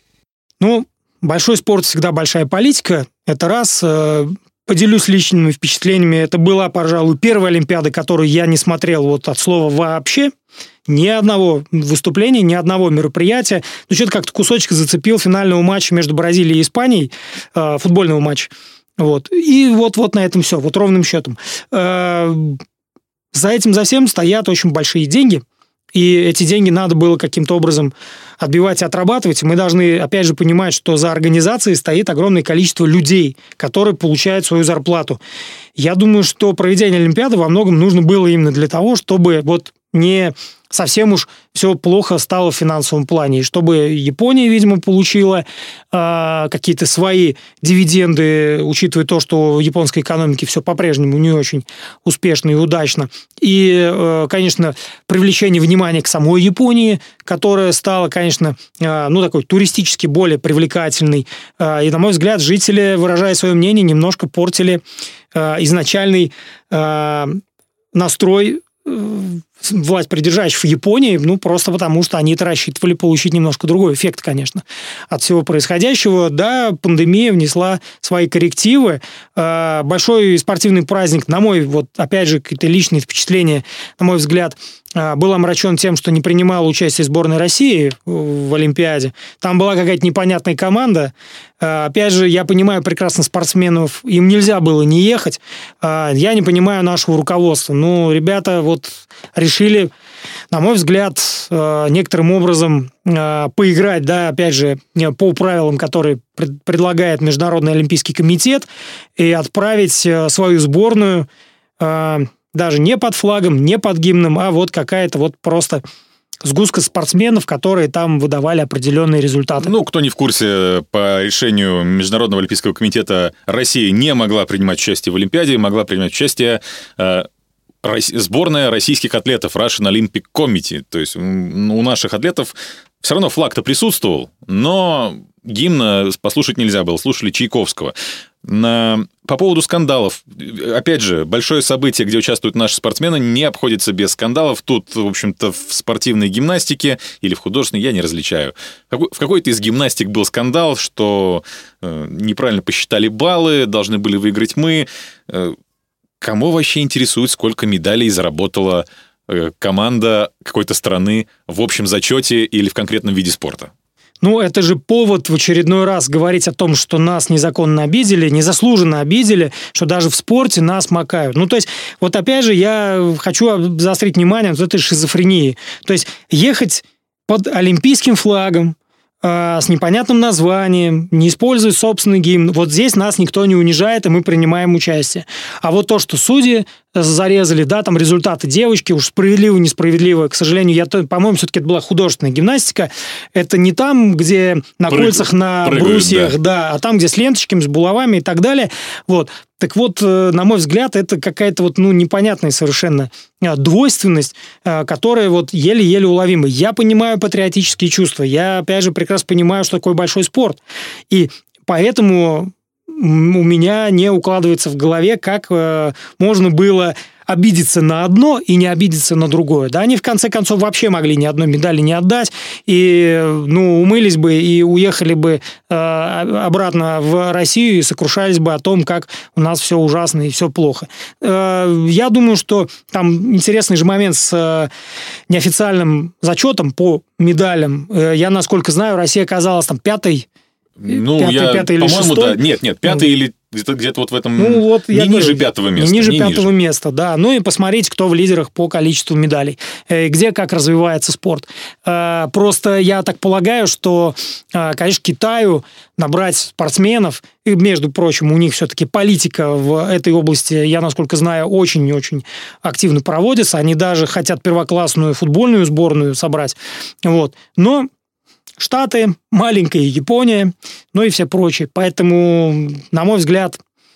Ну, большой спорт всегда большая политика. Это раз. Поделюсь личными впечатлениями. Это была, пожалуй, первая Олимпиада, которую я не смотрел вот от слова вообще. Ни одного выступления, ни одного мероприятия. Ну, что-то как-то кусочек зацепил финального матча между Бразилией и Испанией, футбольного матча. Вот. И вот-вот на этом все, вот ровным счетом. За этим, за всем стоят очень большие деньги, и эти деньги надо было каким-то образом отбивать и отрабатывать. И мы должны, опять же, понимать, что за организацией стоит огромное количество людей, которые получают свою зарплату. Я думаю, что проведение Олимпиады во многом нужно было именно для того, чтобы вот не совсем уж все плохо стало в финансовом плане. И чтобы Япония, видимо, получила э, какие-то свои дивиденды, учитывая то, что в японской экономике все по-прежнему не очень успешно и удачно. И, э, конечно, привлечение внимания к самой Японии, которая стала, конечно, э, ну, такой туристически более привлекательной. Э, и, на мой взгляд, жители, выражая свое мнение, немножко портили э, изначальный э, настрой власть придержащих в Японии, ну, просто потому, что они-то рассчитывали получить немножко другой эффект, конечно, от всего происходящего. Да, пандемия внесла свои коррективы. Большой спортивный праздник, на мой, вот, опять же, какие-то личные впечатления, на мой взгляд, был омрачен тем, что не принимала участие сборная России в Олимпиаде. Там была какая-то непонятная команда. Опять же, я понимаю прекрасно спортсменов, им нельзя было не ехать. Я не понимаю нашего руководства. Ну, ребята вот решили, на мой взгляд, некоторым образом поиграть, да, опять же, по правилам, которые предлагает Международный олимпийский комитет, и отправить свою сборную даже не под флагом, не под гимном, а вот какая-то вот просто сгустка спортсменов, которые там выдавали определенные результаты. Ну, кто не в курсе, по решению Международного олимпийского комитета Россия не могла принимать участие в Олимпиаде, могла принимать участие э, сборная российских атлетов, Russian Olympic Committee. То есть у наших атлетов все равно флаг-то присутствовал, но гимна послушать нельзя было, слушали Чайковского. На... По поводу скандалов. Опять же, большое событие, где участвуют наши спортсмены, не обходится без скандалов. Тут, в общем-то, в спортивной гимнастике или в художественной, я не различаю. В какой-то из гимнастик был скандал, что э, неправильно посчитали баллы, должны были выиграть мы. Э, кому вообще интересует, сколько медалей заработала э, команда какой-то страны в общем зачете или в конкретном виде спорта? Ну, это же повод в очередной раз говорить о том, что нас незаконно обидели, незаслуженно обидели, что даже в спорте нас макают. Ну, то есть, вот опять же, я хочу заострить внимание на этой шизофрении. То есть, ехать под олимпийским флагом, э, с непонятным названием, не использовать собственный гимн. Вот здесь нас никто не унижает, и мы принимаем участие. А вот то, что судьи зарезали, да, там результаты девочки, уж справедливо, несправедливо. К сожалению, я, по-моему, все-таки это была художественная гимнастика. Это не там, где на Прыг... кольцах, на Прыгают, брусьях, да. да, а там, где с ленточками, с булавами и так далее. Вот. Так вот, на мой взгляд, это какая-то вот, ну, непонятная совершенно двойственность, которая вот еле-еле уловима. Я понимаю патриотические чувства. Я, опять же, прекрасно понимаю, что такое большой спорт. И поэтому у меня не укладывается в голове, как э, можно было обидеться на одно и не обидеться на другое. Да, они, в конце концов, вообще могли ни одной медали не отдать, и, ну, умылись бы и уехали бы э, обратно в Россию и сокрушались бы о том, как у нас все ужасно и все плохо. Э, я думаю, что там интересный же момент с э, неофициальным зачетом по медалям. Э, я, насколько знаю, Россия оказалась там пятой. Ну, пятый, я, пятый или по-моему, шестой? да. Нет, нет, пятый ну, или где-то, где-то вот в этом... Ну, вот не я ниже говорю, пятого места. Не ниже не пятого ниже. места, да. Ну, и посмотрите, кто в лидерах по количеству медалей. Где как развивается спорт. Просто я так полагаю, что, конечно, Китаю набрать спортсменов, и, между прочим, у них все-таки политика в этой области, я, насколько знаю, очень-очень активно проводится. Они даже хотят первоклассную футбольную сборную собрать. Вот. Но Штаты, маленькая Япония, ну и все прочее. Поэтому, на мой взгляд,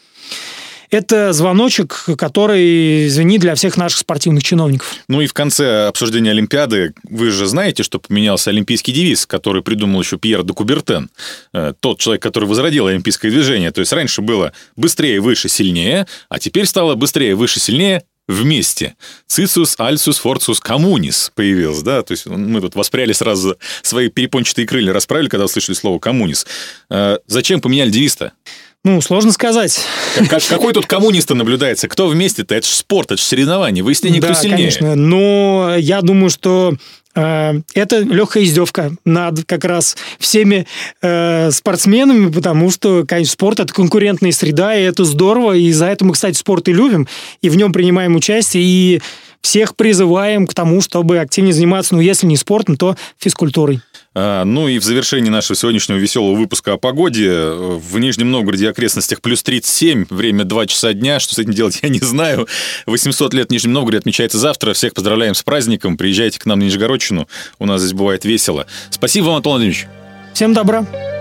это звоночек, который звенит для всех наших спортивных чиновников. Ну и в конце обсуждения Олимпиады вы же знаете, что поменялся олимпийский девиз, который придумал еще Пьер де Кубертен, тот человек, который возродил олимпийское движение. То есть раньше было быстрее, выше, сильнее, а теперь стало быстрее, выше, сильнее, вместе. Цицус, альсус, форцус, коммунис появился, да, то есть мы тут воспряли сразу, свои перепончатые крылья расправили, когда услышали слово коммунис. А зачем поменяли девиз-то? Ну, сложно сказать. Как, какой тут коммунист наблюдается? Кто вместе-то? Это же спорт, это же соревнование. Выяснение, да, кто сильнее. Конечно. Но я думаю, что э, это легкая издевка над как раз всеми э, спортсменами, потому что, конечно, спорт – это конкурентная среда, и это здорово. И за это мы, кстати, спорт и любим, и в нем принимаем участие, и всех призываем к тому, чтобы активнее заниматься, ну, если не спортом, то физкультурой. А, ну и в завершении нашего сегодняшнего веселого выпуска о погоде. В Нижнем Новгороде и окрестностях плюс тридцать семь, время два часа дня. Что с этим делать, я не знаю. восемьсот лет в Нижнем Новгороде отмечается завтра. Всех поздравляем с праздником. Приезжайте к нам на Нижегородчину. У нас здесь бывает весело. Спасибо вам, Антон Владимирович. Всем добра.